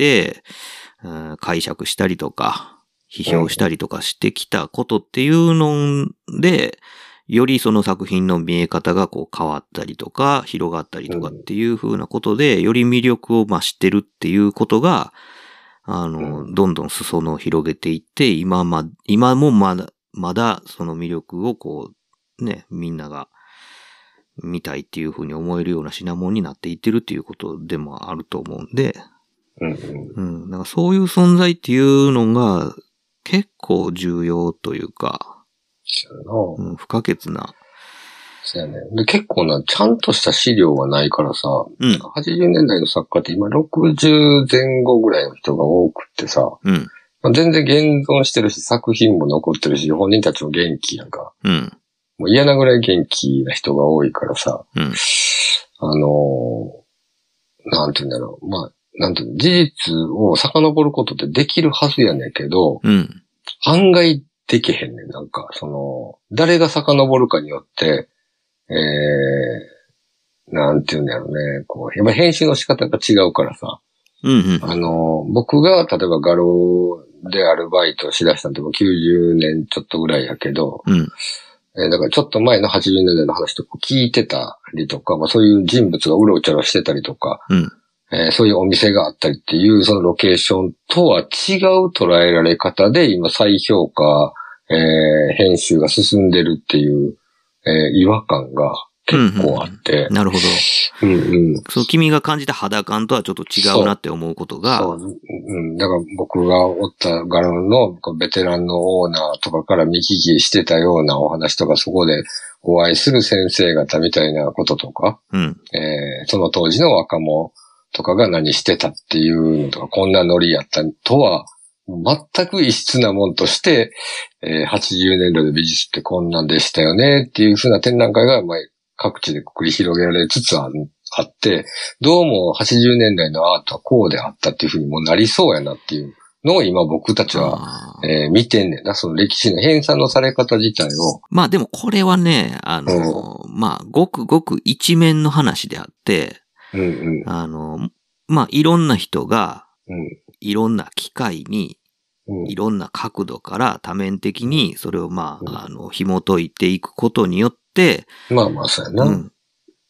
Speaker 1: うん、解釈したりとか、批評したりとかしてきたことっていうので、よりその作品の見え方がこう変わったりとか、広がったりとかっていう風なことで、より魅力を増してるっていうことが、あの、どんどん裾野を広げていって、今ま、今もまだ、まだその魅力をこう、ね、みんなが見たいっていう風に思えるような品物になっていってるっていうことでもあると思うんで、うんうん。なんかそういう存在っていうのが結構重要というか、うん、不可欠な。
Speaker 3: そうやね。で、結構な、ちゃんとした資料がないからさ、うん、はちじゅうねんだいの作家って今ろくじゅうぜん後ぐらいの人が多くってさ、うんまあ、全然現存してるし、作品も残ってるし、本人たちも元気やんか。うん、もう嫌なぐらい元気な人が多いからさ、うん、あのー、なんて言うんだろう。まあ、なんていうの、事実を遡ることってできるはずやねんけど、うん、案外できへんねん。なんか、その、誰が遡るかによって、えー、なんていうんだろうね。こう、やっぱ編集の仕方が違うからさ。うんうん、あの、僕が、例えば画廊でアルバイトしだしたのってもきゅうじゅうねんちょっとぐらいやけど、うん、えー、だからちょっと前のはちじゅうねんだいの話とか聞いてたりとか、まあそういう人物がうろちょろしてたりとか、うんえー、そういうお店があったりっていう、そのロケーションとは違う捉えられ方で、今再評価、えー、編集が進んでるっていう、えー、違和感が結構あって。
Speaker 1: うんうん、なるほど。うんうん。そう、君が感じた肌感とはちょっと違うなって思うことが。
Speaker 3: そう。そう。うん。だから僕がおったガラのベテランのオーナーとかから見聞きしてたようなお話とか、そこでお会いする先生方みたいなこととか、うん。えー、その当時の若者、とかが何してたっていうのとか、こんなノリやったとは、全く異質なもんとして、えー、はちじゅうねんだいの美術ってこんなんでしたよねっていう風な展覧会が、まあ、各地で繰り広げられつつあって、どうもはちじゅうねんだいのアートはこうであったっていう風にもなりそうやなっていうのを今僕たちは、えー、見てんねんな。その歴史の編纂のされ方自体を。
Speaker 1: まあでもこれはね、あの、うん、まあ、ごくごく一面の話であって、うんうん、あの、まあ、いろんな人が、いろんな機会に、うん、いろんな角度から多面的に、それをまあ、うん、あの、紐解いていくことによって、
Speaker 3: まあまあ、そうやな。うん。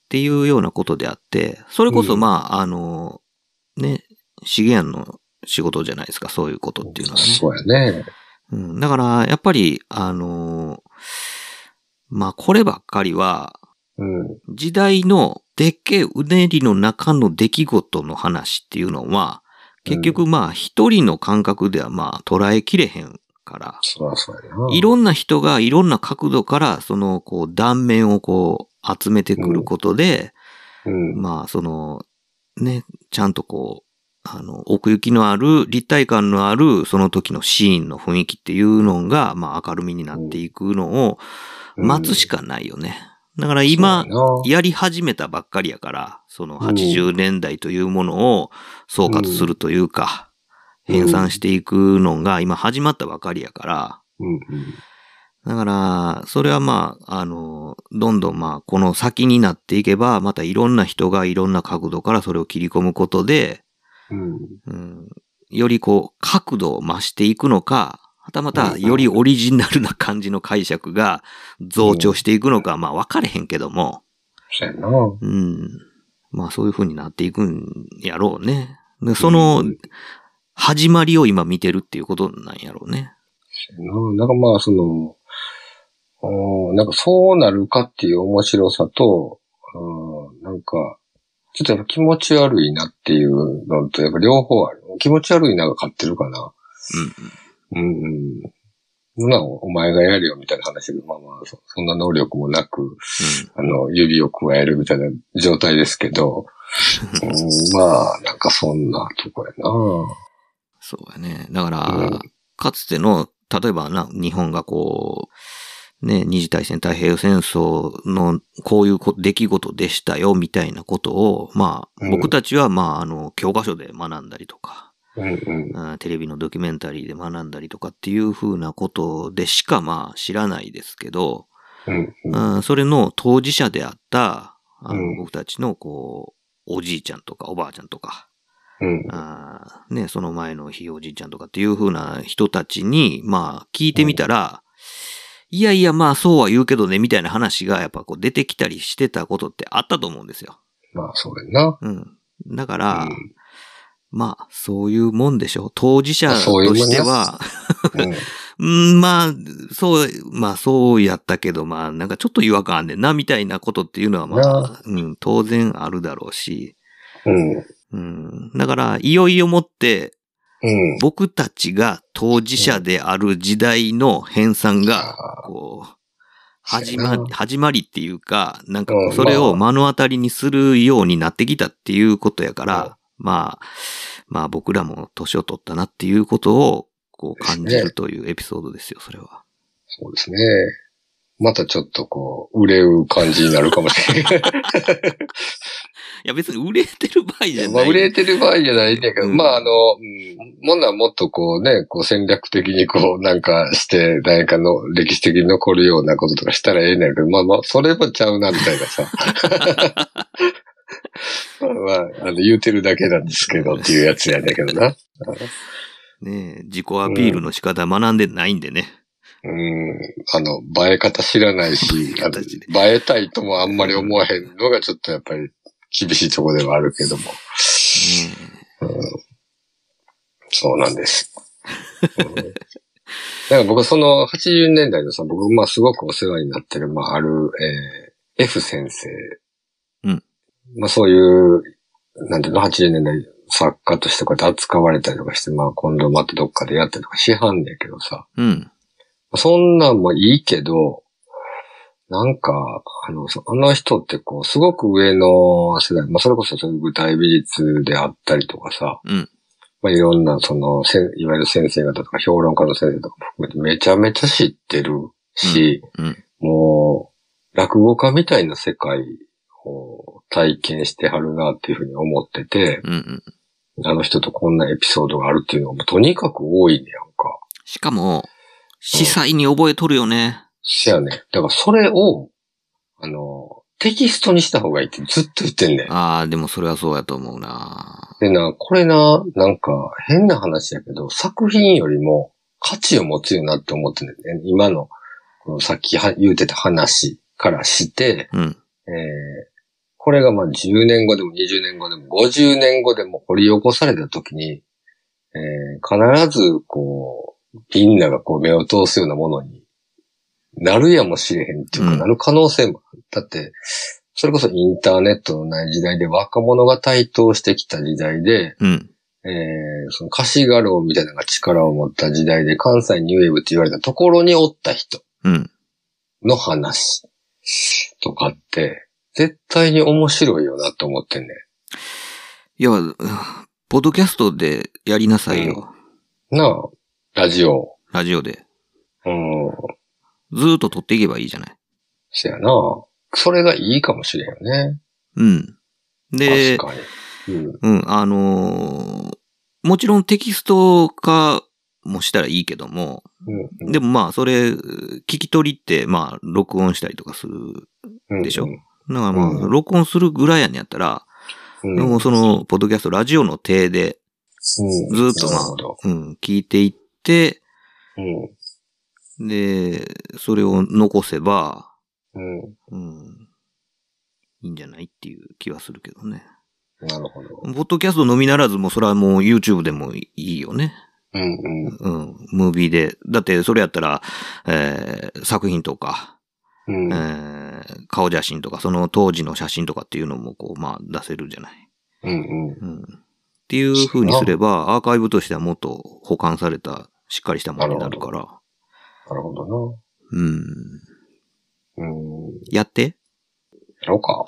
Speaker 1: っていうようなことであって、それこそまあ、うん、あの、ね、シゲヤンの仕事じゃないですか、そういうことっていうのはね。
Speaker 3: そうやね。
Speaker 1: うん、だから、やっぱり、あの、まあ、こればっかりは、
Speaker 3: うん、
Speaker 1: 時代のでっけえうねりの中の出来事の話っていうのは、結局まあ、一人の感覚ではまあ、捉えきれへんから、
Speaker 3: そうそうやな。
Speaker 1: いろんな人がいろんな角度から、その、こう、断面をこう、集めてくることで、
Speaker 3: うんうん、
Speaker 1: まあ、その、ね、ちゃんとこう、あの、奥行きのある、立体感のある、その時のシーンの雰囲気っていうのが、まあ明るみになっていくのを待つしかないよね。だから今、やり始めたばっかりやから、そのはちじゅうねんだいというものを総括するというか、編纂していくのが今始まったばかりやから、だから、それはまあ、あの、どんどんまあ、この先になっていけば、またいろんな人がいろんな角度からそれを切り込むことで、うんうん、よりこう、角度を増していくのか、はたまたよりオリジナルな感じの解釈が増長していくのか、まあ分かれへんけども。
Speaker 3: そうやな。
Speaker 1: うん。まあそういう風になっていくんやろうね。でその、始まりを今見てるっていうことなんやろうね。
Speaker 3: なんかまあその、なんかそうなるかっていう面白さと、なんか、ちょっとやっぱ気持ち悪いなっていうのと、やっぱ両方ある。気持ち悪いなが勝ってるかな。うん。うんうん。な、お前がやるよみたいな話で、まあまあそ、そんな能力もなく、うん、あの、指を加えるみたいな状態ですけど、うん、まあ、なんかそんなとこやな。
Speaker 1: そうやね。だから、うん、かつての、例えばな、日本がこう、ね、二次大戦太平洋戦争のこういう出来事でしたよみたいなことを、まあ、うん、僕たちはまあ、あの、教科書で学んだりとか、
Speaker 3: うんうん、
Speaker 1: テレビのドキュメンタリーで学んだりとかっていう風なことでしかまあ知らないですけど、
Speaker 3: うんうん
Speaker 1: うん、それの当事者であった、あの、僕たちのこう、おじいちゃんとかおばあちゃんとか、
Speaker 3: うん
Speaker 1: あね、その前のひいおじいちゃんとかっていう風な人たちに、まあ、聞いてみたら、うん、いやいや、まあそうは言うけどね、みたいな話がやっぱこう出てきたりしてたことってあったと思うんですよ。
Speaker 3: まあ、そうやな。
Speaker 1: うん。だから、うん、まあ、そういうもんでしょう。当事者としては、うん、まあ、そう、まあそうやったけど、まあなんかちょっと違和感あんねんな、みたいなことっていうのはまあ、うん、当然あるだろうし、
Speaker 3: うん
Speaker 1: うん、だから、いよいよもって、
Speaker 3: うん、
Speaker 1: 僕たちが当事者である時代の編纂が、こう、始まり、始まりっていうか、なんかそれを目の当たりにするようになってきたっていうことやから、まあ、まあ僕らも年を取ったなっていうことを、こう感じるというエピソードですよ、それは。
Speaker 3: そうですね。またちょっとこう、憂う感じになるかもしれない。
Speaker 1: いや別に憂えてる場合じゃない。
Speaker 3: まあ憂えてる場合じゃないんだけど、うん、まああの、うん、ものはもっとこうね、こう戦略的にこうなんかして、誰かの歴史的に残るようなこととかしたらええんだけど、まあまあ、それもちゃうなみたいなさ。まあ、あの、言うてるだけなんですけどっていうやつやねんけどな。
Speaker 1: ねえ、自己アピールの仕方学んでないんでね。
Speaker 3: うん、あの、映え方知らないし、あの映えたいともあんまり思わへんのがちょっとやっぱり厳しいところではあるけども。うんうん、そうなんです。うん、だから僕はそのはちじゅうねんだいのさ、僕まあすごくお世話になってる、まあある、えー、F 先生。
Speaker 1: うん。
Speaker 3: まあそういう、なんていうの、はちじゅうねんだい作家としてこうやって扱われたりとかして、まあ今度またどっかでやったりとかしはんねんけどさ。
Speaker 1: うん。
Speaker 3: そんなんもいいけど、なんか、あの、あの人ってこう、すごく上の世代、まあそれこそそういう舞台美術であったりとかさ、
Speaker 1: うん。
Speaker 3: まあいろんなその、いわゆる先生方とか評論家の先生とかも含めてめちゃめちゃ知ってるし、
Speaker 1: うんうん、
Speaker 3: もう、落語家みたいな世界を体験してはるなっていうふうに思ってて、
Speaker 1: うんうん、
Speaker 3: あの人とこんなエピソードがあるっていうのがもうとにかく多いねやんか。
Speaker 1: しかも、司祭に覚えとるよね。
Speaker 3: しやね。だからそれを、あの、テキストにした方がいいってずっと言ってんねん。
Speaker 1: ああ、でもそれはそうやと思うな。
Speaker 3: でな、これな、なんか変な話やけど、作品よりも価値を持つよなって思ってんねんね。今の、このさっき言うてた話からして、
Speaker 1: うん、
Speaker 3: えー、ここれがまあじゅうねんごでもにじゅうねんごでもごじゅうねんごでも掘り起こされたときに、えー、必ずこう、みんながこう目を通すようなものになるやもしれへんっていうか、うん、なる可能性もある。だって、それこそインターネットのない時代で若者が台頭してきた時代で、うん、えー、その貸し画廊みたいなのが力を持った時代で関西ニューウェーブって言われたところにおった人の話とかって、絶対に面白いよなって思ってんね。
Speaker 1: いや、ポッドキャストでやりなさいよ。
Speaker 3: うん、なあ、ラジオ。
Speaker 1: ラジオで。
Speaker 3: うん。
Speaker 1: ずーっと撮っていけばいいじゃない。
Speaker 3: そやな。それがいいかもしれんよね。
Speaker 1: うん。で、
Speaker 3: 確かに。うん。
Speaker 1: うん、あのー、もちろんテキスト化もしたらいいけども、うんうん、でもまあ、それ、聞き取りって、まあ、録音したりとかするでしょ、うんうん、だからまあ、うん、録音するぐらいやんやったら、うん、でもその、ポッドキャスト、ラジオの体で、ずーっとまあ、うん、聞いていって、うん、で、それを残せば、うんうん、いいんじゃないっていう気はするけどね。
Speaker 3: なるほど。
Speaker 1: ポッドキャストのみならずも、それはもう YouTube でもいいよね。
Speaker 3: うんうん。
Speaker 1: うん。ムービーで。だって、それやったら、えー、作品とか、うんえー、顔写真とか、その当時の写真とかっていうのも、こう、まあ、出せるじゃない。
Speaker 3: うんうん。
Speaker 1: うん、っていう風にすれば、アーカイブとしてはもっと保管された、しっかりしたものになるから。
Speaker 3: なるほどな。
Speaker 1: うん。うん。やって
Speaker 3: やろうか。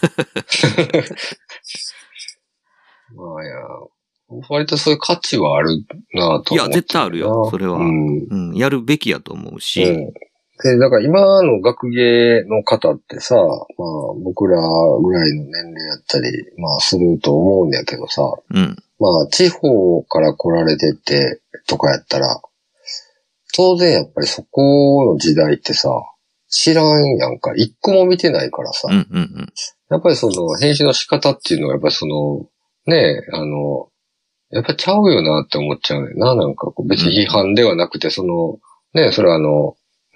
Speaker 3: まあいや、割とそういう価値はあるなぁと思って。
Speaker 1: いや、絶対あるよ、それは、うんうん。やるべきやと思うし。うん、
Speaker 3: で、だから今の学芸の方ってさ、まあ僕らぐらいの年齢やったり、まあすると思うんだけどさ、うん、まあ地方から来られててとかやったら、当然やっぱりそこの時代ってさ、知らんやんか。一個も見てないからさ。
Speaker 1: うんうんうん、
Speaker 3: やっぱりその編集の仕方っていうのはやっぱりその、ねえ、あの、やっぱちゃうよなって思っちゃうねんな。なんかこう別に批判ではなくて、その、ねえ、それはあの、うん、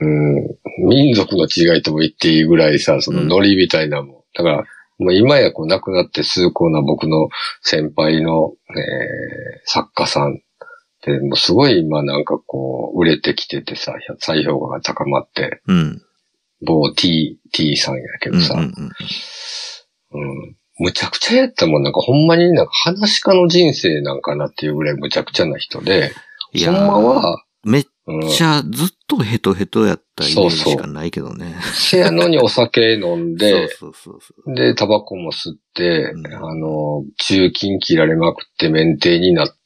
Speaker 3: 民族の違いとも言っていいぐらいさ、そのノリみたいなもん。だから、もう今やこう亡くなって崇高な僕の先輩の、えー、作家さんってもうすごい今なんかこう売れてきててさ、再評価が高まって、
Speaker 1: うん、
Speaker 3: 某 T、T さんやけどさ、うん、うんうんむちゃくちゃやったもん、なんかほんまになんか話し家の人生なんかなっていうぐらいむちゃくちゃな人で、
Speaker 1: いやほんまは、めっちゃずっとヘトヘトやったイメージしかないけどね。
Speaker 3: せやのにお酒飲んで、
Speaker 1: そうそうそう
Speaker 3: で、タバコも吸って、うん、あの、中金切られまくって免停になって、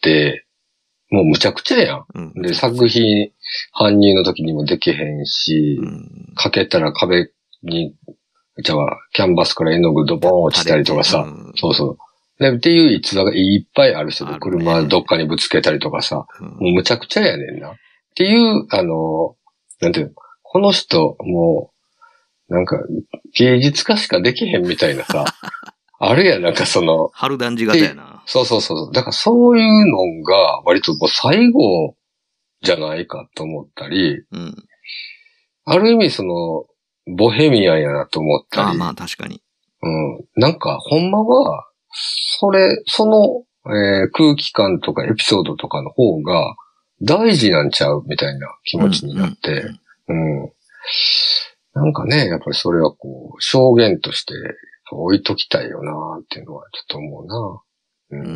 Speaker 3: もうむちゃくちゃやん。うん、で、作品搬入の時にもできへんし、うん、かけたら壁に、じゃあ、キャンバスから絵の具ドボン落ちたりとかさ、うん、そうそう。で、っていう逸話がいっぱいある人で、車どっかにぶつけたりとかさ、うん、もうむちゃくちゃやねんな。っていう、あの、なんていうの、この人、もう、なんか、芸術家しかできへんみたいなさ、あるやん、なんかその、
Speaker 1: 春団地型やな。
Speaker 3: そうそうそう。だからそういうのが、割ともう最後じゃないかと思ったり、うん、ある意味その、ボヘミアンやなと思ったり。
Speaker 1: ああ、まあ確かに。
Speaker 3: うん。なんか、ほんまは、それ、その、えー、空気感とかエピソードとかの方が大事なんちゃうみたいな気持ちになって、うん、うん。なんかね、やっぱりそれはこう、証言として置いときたいよなっていうのはちょっと思うな。うん。うん、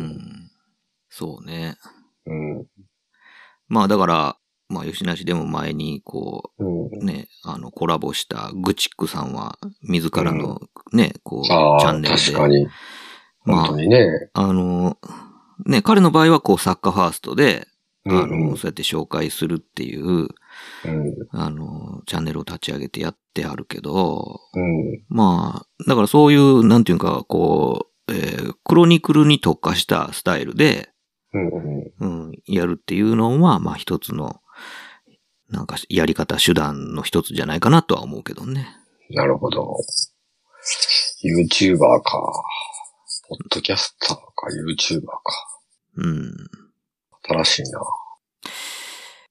Speaker 1: そうね。
Speaker 3: うん。
Speaker 1: まあだから、まあ、吉梨でも前に、こう、うん、ね、あの、コラボしたグチックさんは、自らのね、うん、こう、チャンネルで。
Speaker 3: 確かに。まあ、本当にね。
Speaker 1: あの、ね、彼の場合は、こう、作家ファーストで、うんうん、あの、そうやって紹介するっていう、うん、あの、チャンネルを立ち上げてやってあるけど、うん、まあ、だからそういう、なんていうか、こう、えー、クロニクルに特化したスタイルで、うんうんうん、やるっていうのは、まあ一つの、なんかやり方、手段の一つじゃないかなとは思うけどね。
Speaker 3: なるほど。YouTuber か。ポッドキャスターか、YouTuber か。
Speaker 1: うん。
Speaker 3: 新しいな。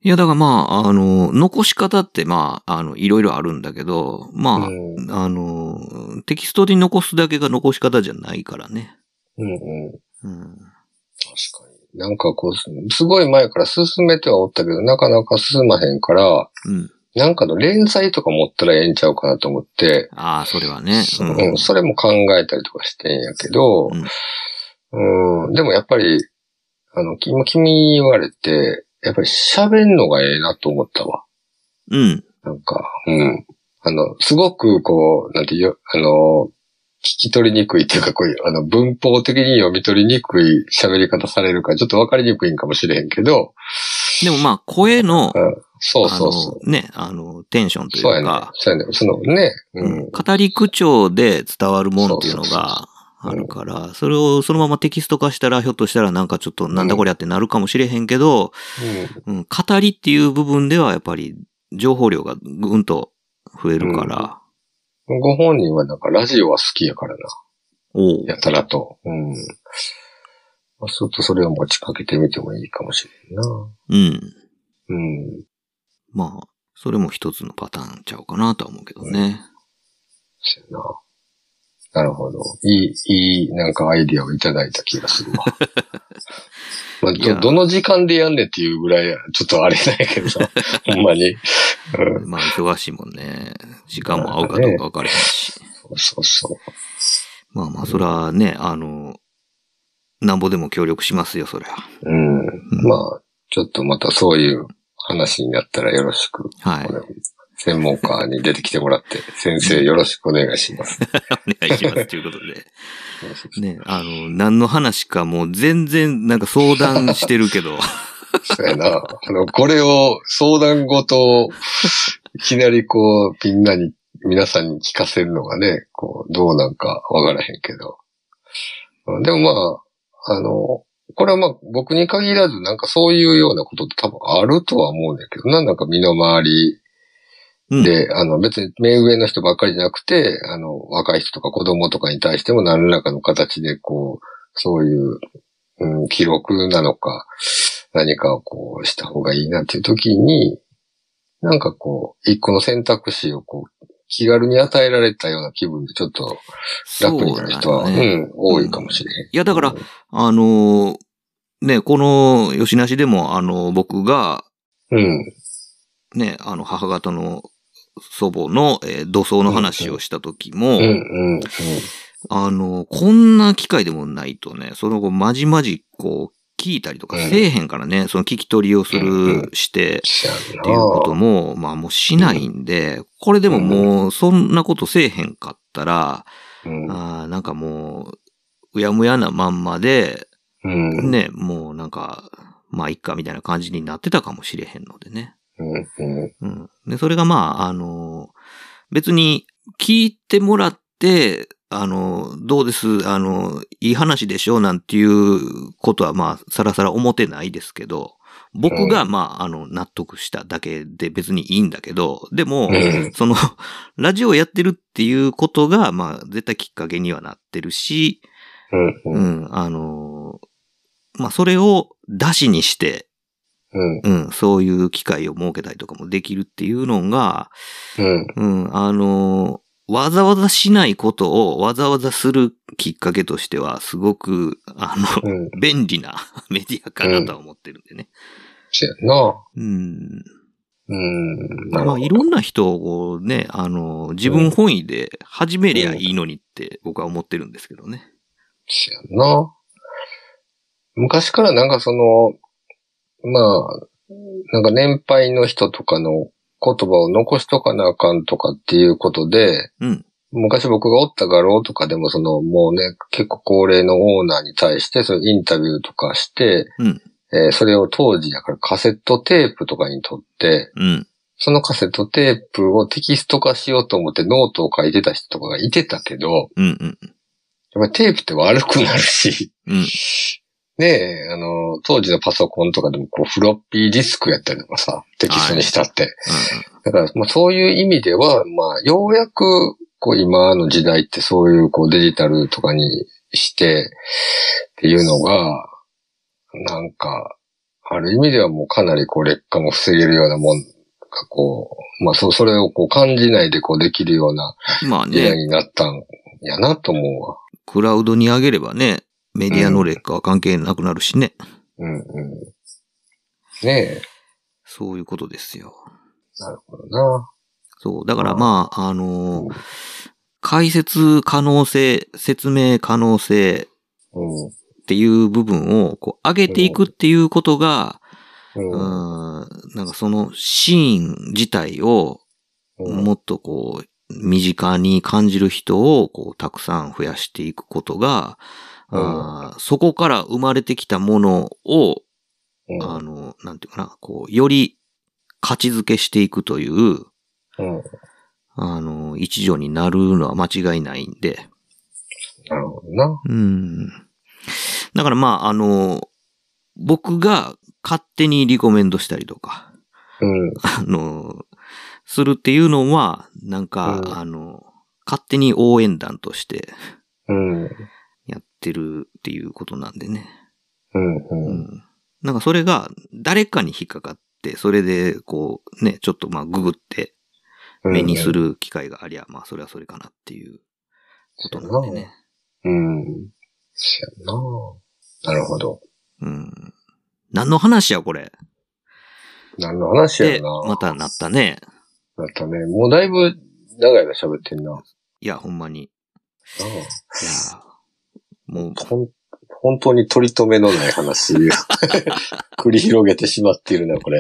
Speaker 1: いや、だからまあ、あの、残し方ってまあ、あの、いろいろあるんだけど、まあ、うん、あの、テキストに残すだけが残し方じゃないからね。
Speaker 3: うんうん。うん。確かに。なんかこう、すごい前から進めてはおったけど、なかなか進まへんから、うん。なんかの連載とか持ったらええんちゃうかなと思って。
Speaker 1: ああ、それはね。
Speaker 3: うん、うん。それも考えたりとかしてんやけど、うん、うん。でもやっぱり、あの、今君言われて、やっぱり喋んのがええなと思ったわ。
Speaker 1: うん。
Speaker 3: なんか、うん。あの、すごくこう、なんていう、あの、聞き取りにくいっていうか、こういう、あの、文法的に読み取りにくい喋り方されるから、ちょっとわかりにくいんかもしれへんけど。
Speaker 1: でもまあ、声の、
Speaker 3: うん、そうそうそう。
Speaker 1: ね、あの、テンションというか。
Speaker 3: そうやね。そうやね。そのね、
Speaker 1: うん。語り口調で伝わるもんっていうのがあるから、それをそのままテキスト化したら、ひょっとしたらなんかちょっとなんだこりゃってなるかもしれへんけど、うん。うん、語りっていう部分ではやっぱり情報量がぐんと増えるから。
Speaker 3: うん、ご本人はなんかラジオは好きやからな。
Speaker 1: おう。
Speaker 3: やたらと。うん。まあ、ちょっとそれを持ちかけてみてもいいかもしれんな。
Speaker 1: うん。
Speaker 3: うん。
Speaker 1: まあ、それも一つのパターンちゃうかなとは思うけどね。
Speaker 3: そうやな。なるほど。いい、いい、なんかアイディアをいただいた気がするわ。まあ、ど、どの時間でやんねっていうぐらい、ちょっとあれないけどさ、ほんまに。
Speaker 1: うん、まあ、忙しいもんね。時間も合うかどうか分からへんし。
Speaker 3: そうそうそう。
Speaker 1: まあまあ、そらね、あの、なんぼでも協力しますよ、そりゃ。
Speaker 3: うん。うん、まあ、ちょっとまたそういう話になったらよろしく。
Speaker 1: はい。
Speaker 3: 専門家に出てきてもらって、先生よろしくお願いします。
Speaker 1: お願いします。ということで。ね、あの、何の話かもう全然なんか相談してるけど。
Speaker 3: そうやな。あの、これを相談ごと、いきなりこう、みんなに、皆さんに聞かせるのがね、こう、どうなんかわからへんけど。でもまあ、あの、これはまあ僕に限らずなんかそういうようなことって多分あるとは思うんだけどな、なんか身の回りで、うん、あの別に目上の人ばっかりじゃなくて、あの若い人とか子供とかに対しても何らかの形でこう、そういう、うん、記録なのか、何かをこうした方がいいなっていう時に、なんかこう、一個の選択肢をこう、気軽に与えられたような気分でちょっと楽になる人は、う、ね、うん、多いかもしれへん。
Speaker 1: いや、だから、うん、あのー、ね、この吉梨でも、あの、僕が、
Speaker 3: うん。
Speaker 1: ね、あの、母方の祖母の、えー、土葬の話をした時も、
Speaker 3: うんうんうん、
Speaker 1: あの、こんな機会でもないとね、その後、まじまじ、こう、聞いたりとかせえへんからね、うん、その聞き取りをする、うんうん、して、っていうことも、まあもうしないんで、うん、これでももう、そんなことせえへんかったら、うん、あなんかもう、うやむやなまんまで、
Speaker 3: うん、
Speaker 1: ね、もうなんか、まあいっかみたいな感じになってたかもしれへんのでね。
Speaker 3: うんうん
Speaker 1: うん、でそれがまあ、あの、別に聞いてもらって、あの、どうです、あの、いい話でしょなんていうことはまあ、さらさら思ってないですけど、僕がまあ、あの、納得しただけで別にいいんだけど、でも、
Speaker 3: うん、
Speaker 1: その、ラジオやってるっていうことが、まあ、絶対きっかけにはなってるし、
Speaker 3: うんうん、
Speaker 1: うん、あの、まあ、それを出しにして、
Speaker 3: うん
Speaker 1: うん、そういう機会を設けたりとかもできるっていうのが、
Speaker 3: うん、
Speaker 1: うん、あの、わざわざしないことをわざわざするきっかけとしては、すごく、あの、うん、便利なメディアかなとは思ってるんでね。
Speaker 3: そうやな。
Speaker 1: うん。
Speaker 3: うん。
Speaker 1: まあ、いろんな人をね、あの、自分本位で始めりゃいいのにって僕は思ってるんですけどね。
Speaker 3: そうやな。昔からなんかその、まあ、なんか年配の人とかの言葉を残しとかなあかんとかっていうことで、
Speaker 1: うん、
Speaker 3: 昔僕がおった画廊とかでもそのもうね、結構高齢のオーナーに対してそのインタビューとかして、
Speaker 1: うん
Speaker 3: えー、それを当時だからカセットテープとかに撮って、
Speaker 1: うん、
Speaker 3: そのカセットテープをテキスト化しようと思ってノートを書いてた人とかがいてたけど、
Speaker 1: うんうん、
Speaker 3: やっぱりテープって悪くなるし、
Speaker 1: うん
Speaker 3: ねえ、あの、当時のパソコンとかでもこうフロッピーディスクやったりとかさ、テキストにしたって。はいうん、だから、まあそういう意味では、まあようやく、こう今の時代ってそういうこうデジタルとかにしてっていうのが、なんか、 ある意味ではもうかなりこう劣化も防げるようなもんがこう、まあそ、それをこう感じないでこうできるような時代になったんやなと思うわ。
Speaker 1: クラウドに上げればね、メディアの劣化は関係なくなるしね。
Speaker 3: うんうん。ねえ。
Speaker 1: そういうことですよ。
Speaker 3: なるほどな。
Speaker 1: そう。だからまあ、あのー、解説可能性、説明可能性っていう部分をこう上げていくっていうことが、うん、うんなんかそのシーン自体をもっとこう身近に感じる人をこうたくさん増やしていくことが、うん、あそこから生まれてきたものを、うん、あの、なんていうかな、こう、より価値づけしていくという、うん、あの、一助になるのは間違いないんで。
Speaker 3: なるほどな。
Speaker 1: うん。だからまあ、あの、僕が勝手にリコメンドしたりとか、うん、あの、するっていうのは、なんか、うん、あの、勝手に応援団として、やってるっていうことなんでね。
Speaker 3: うんうんうん、
Speaker 1: なんかそれが誰かに引っかかって、それでこうね、ちょっとまあググって目にする機会がありゃ、まあそれはそれかなっていうことなんでね。
Speaker 3: うん。そうやな。なるほど。
Speaker 1: うん。何の話やこれ。
Speaker 3: 何の話やな。
Speaker 1: またなったね。
Speaker 3: なったね。もうだいぶ長い間喋ってんな。
Speaker 1: いや、ほんまに。ああいや、もう。
Speaker 3: ほん本当に取り留めのない話繰り広げてしまっているな、これ。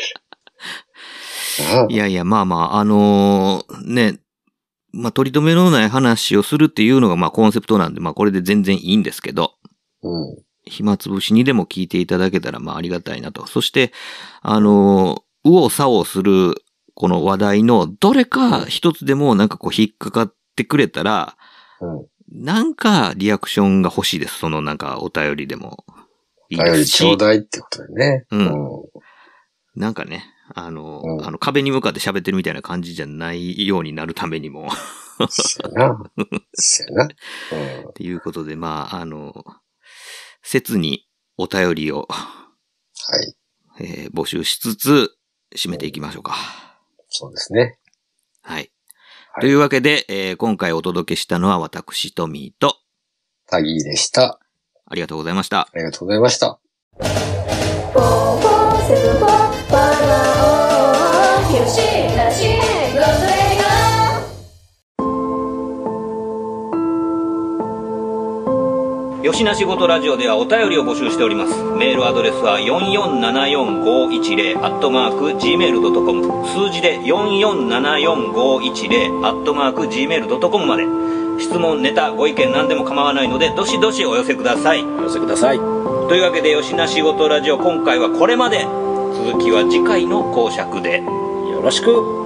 Speaker 1: ああいやいや、まあまあ、あのー、ね、まあ取り留めのない話をするっていうのがまあコンセプトなんで、まあこれで全然いいんですけど、うん、暇つぶしにでも聞いていただけたらまあありがたいなと。そして、あのー、右往左往するこの話題のどれか一つでもなんかこう引っかかってくれたら、うんなんかリアクションが欲しいです。そのなんかお便りでも
Speaker 3: いいですし。お便りちょうだいってことだよね。
Speaker 1: うん。うん、なんかね、あの、うん、あの壁に向かって喋ってるみたいな感じじゃないようになるためにも。
Speaker 3: そうやな。そうやな。
Speaker 1: うん。っていうことで、まあ、あの、切にお便りを、
Speaker 3: はい。
Speaker 1: えー、募集しつつ、締めていきましょうか。うん、
Speaker 3: そうですね。
Speaker 1: はい。はい、というわけで、えー、今回お届けしたのは私、トミーと、
Speaker 3: タギーでした。
Speaker 1: ありがとうございました。
Speaker 3: ありがとうございました。
Speaker 1: よしなしごとラジオではお便りを募集しております。メールアドレスはよんよんななよんごいちゼロアットマーク ジーメールドットコム 数字でよんよんななよんごいちゼロアットマーク ジーメールドットコム まで質問、ネタ、ご意見何でも構わないのでどしどしお寄せください。
Speaker 5: お寄せください。
Speaker 1: というわけでよしなしごとラジオ今回はこれまで。続きは次回の講釈で
Speaker 5: よろしく。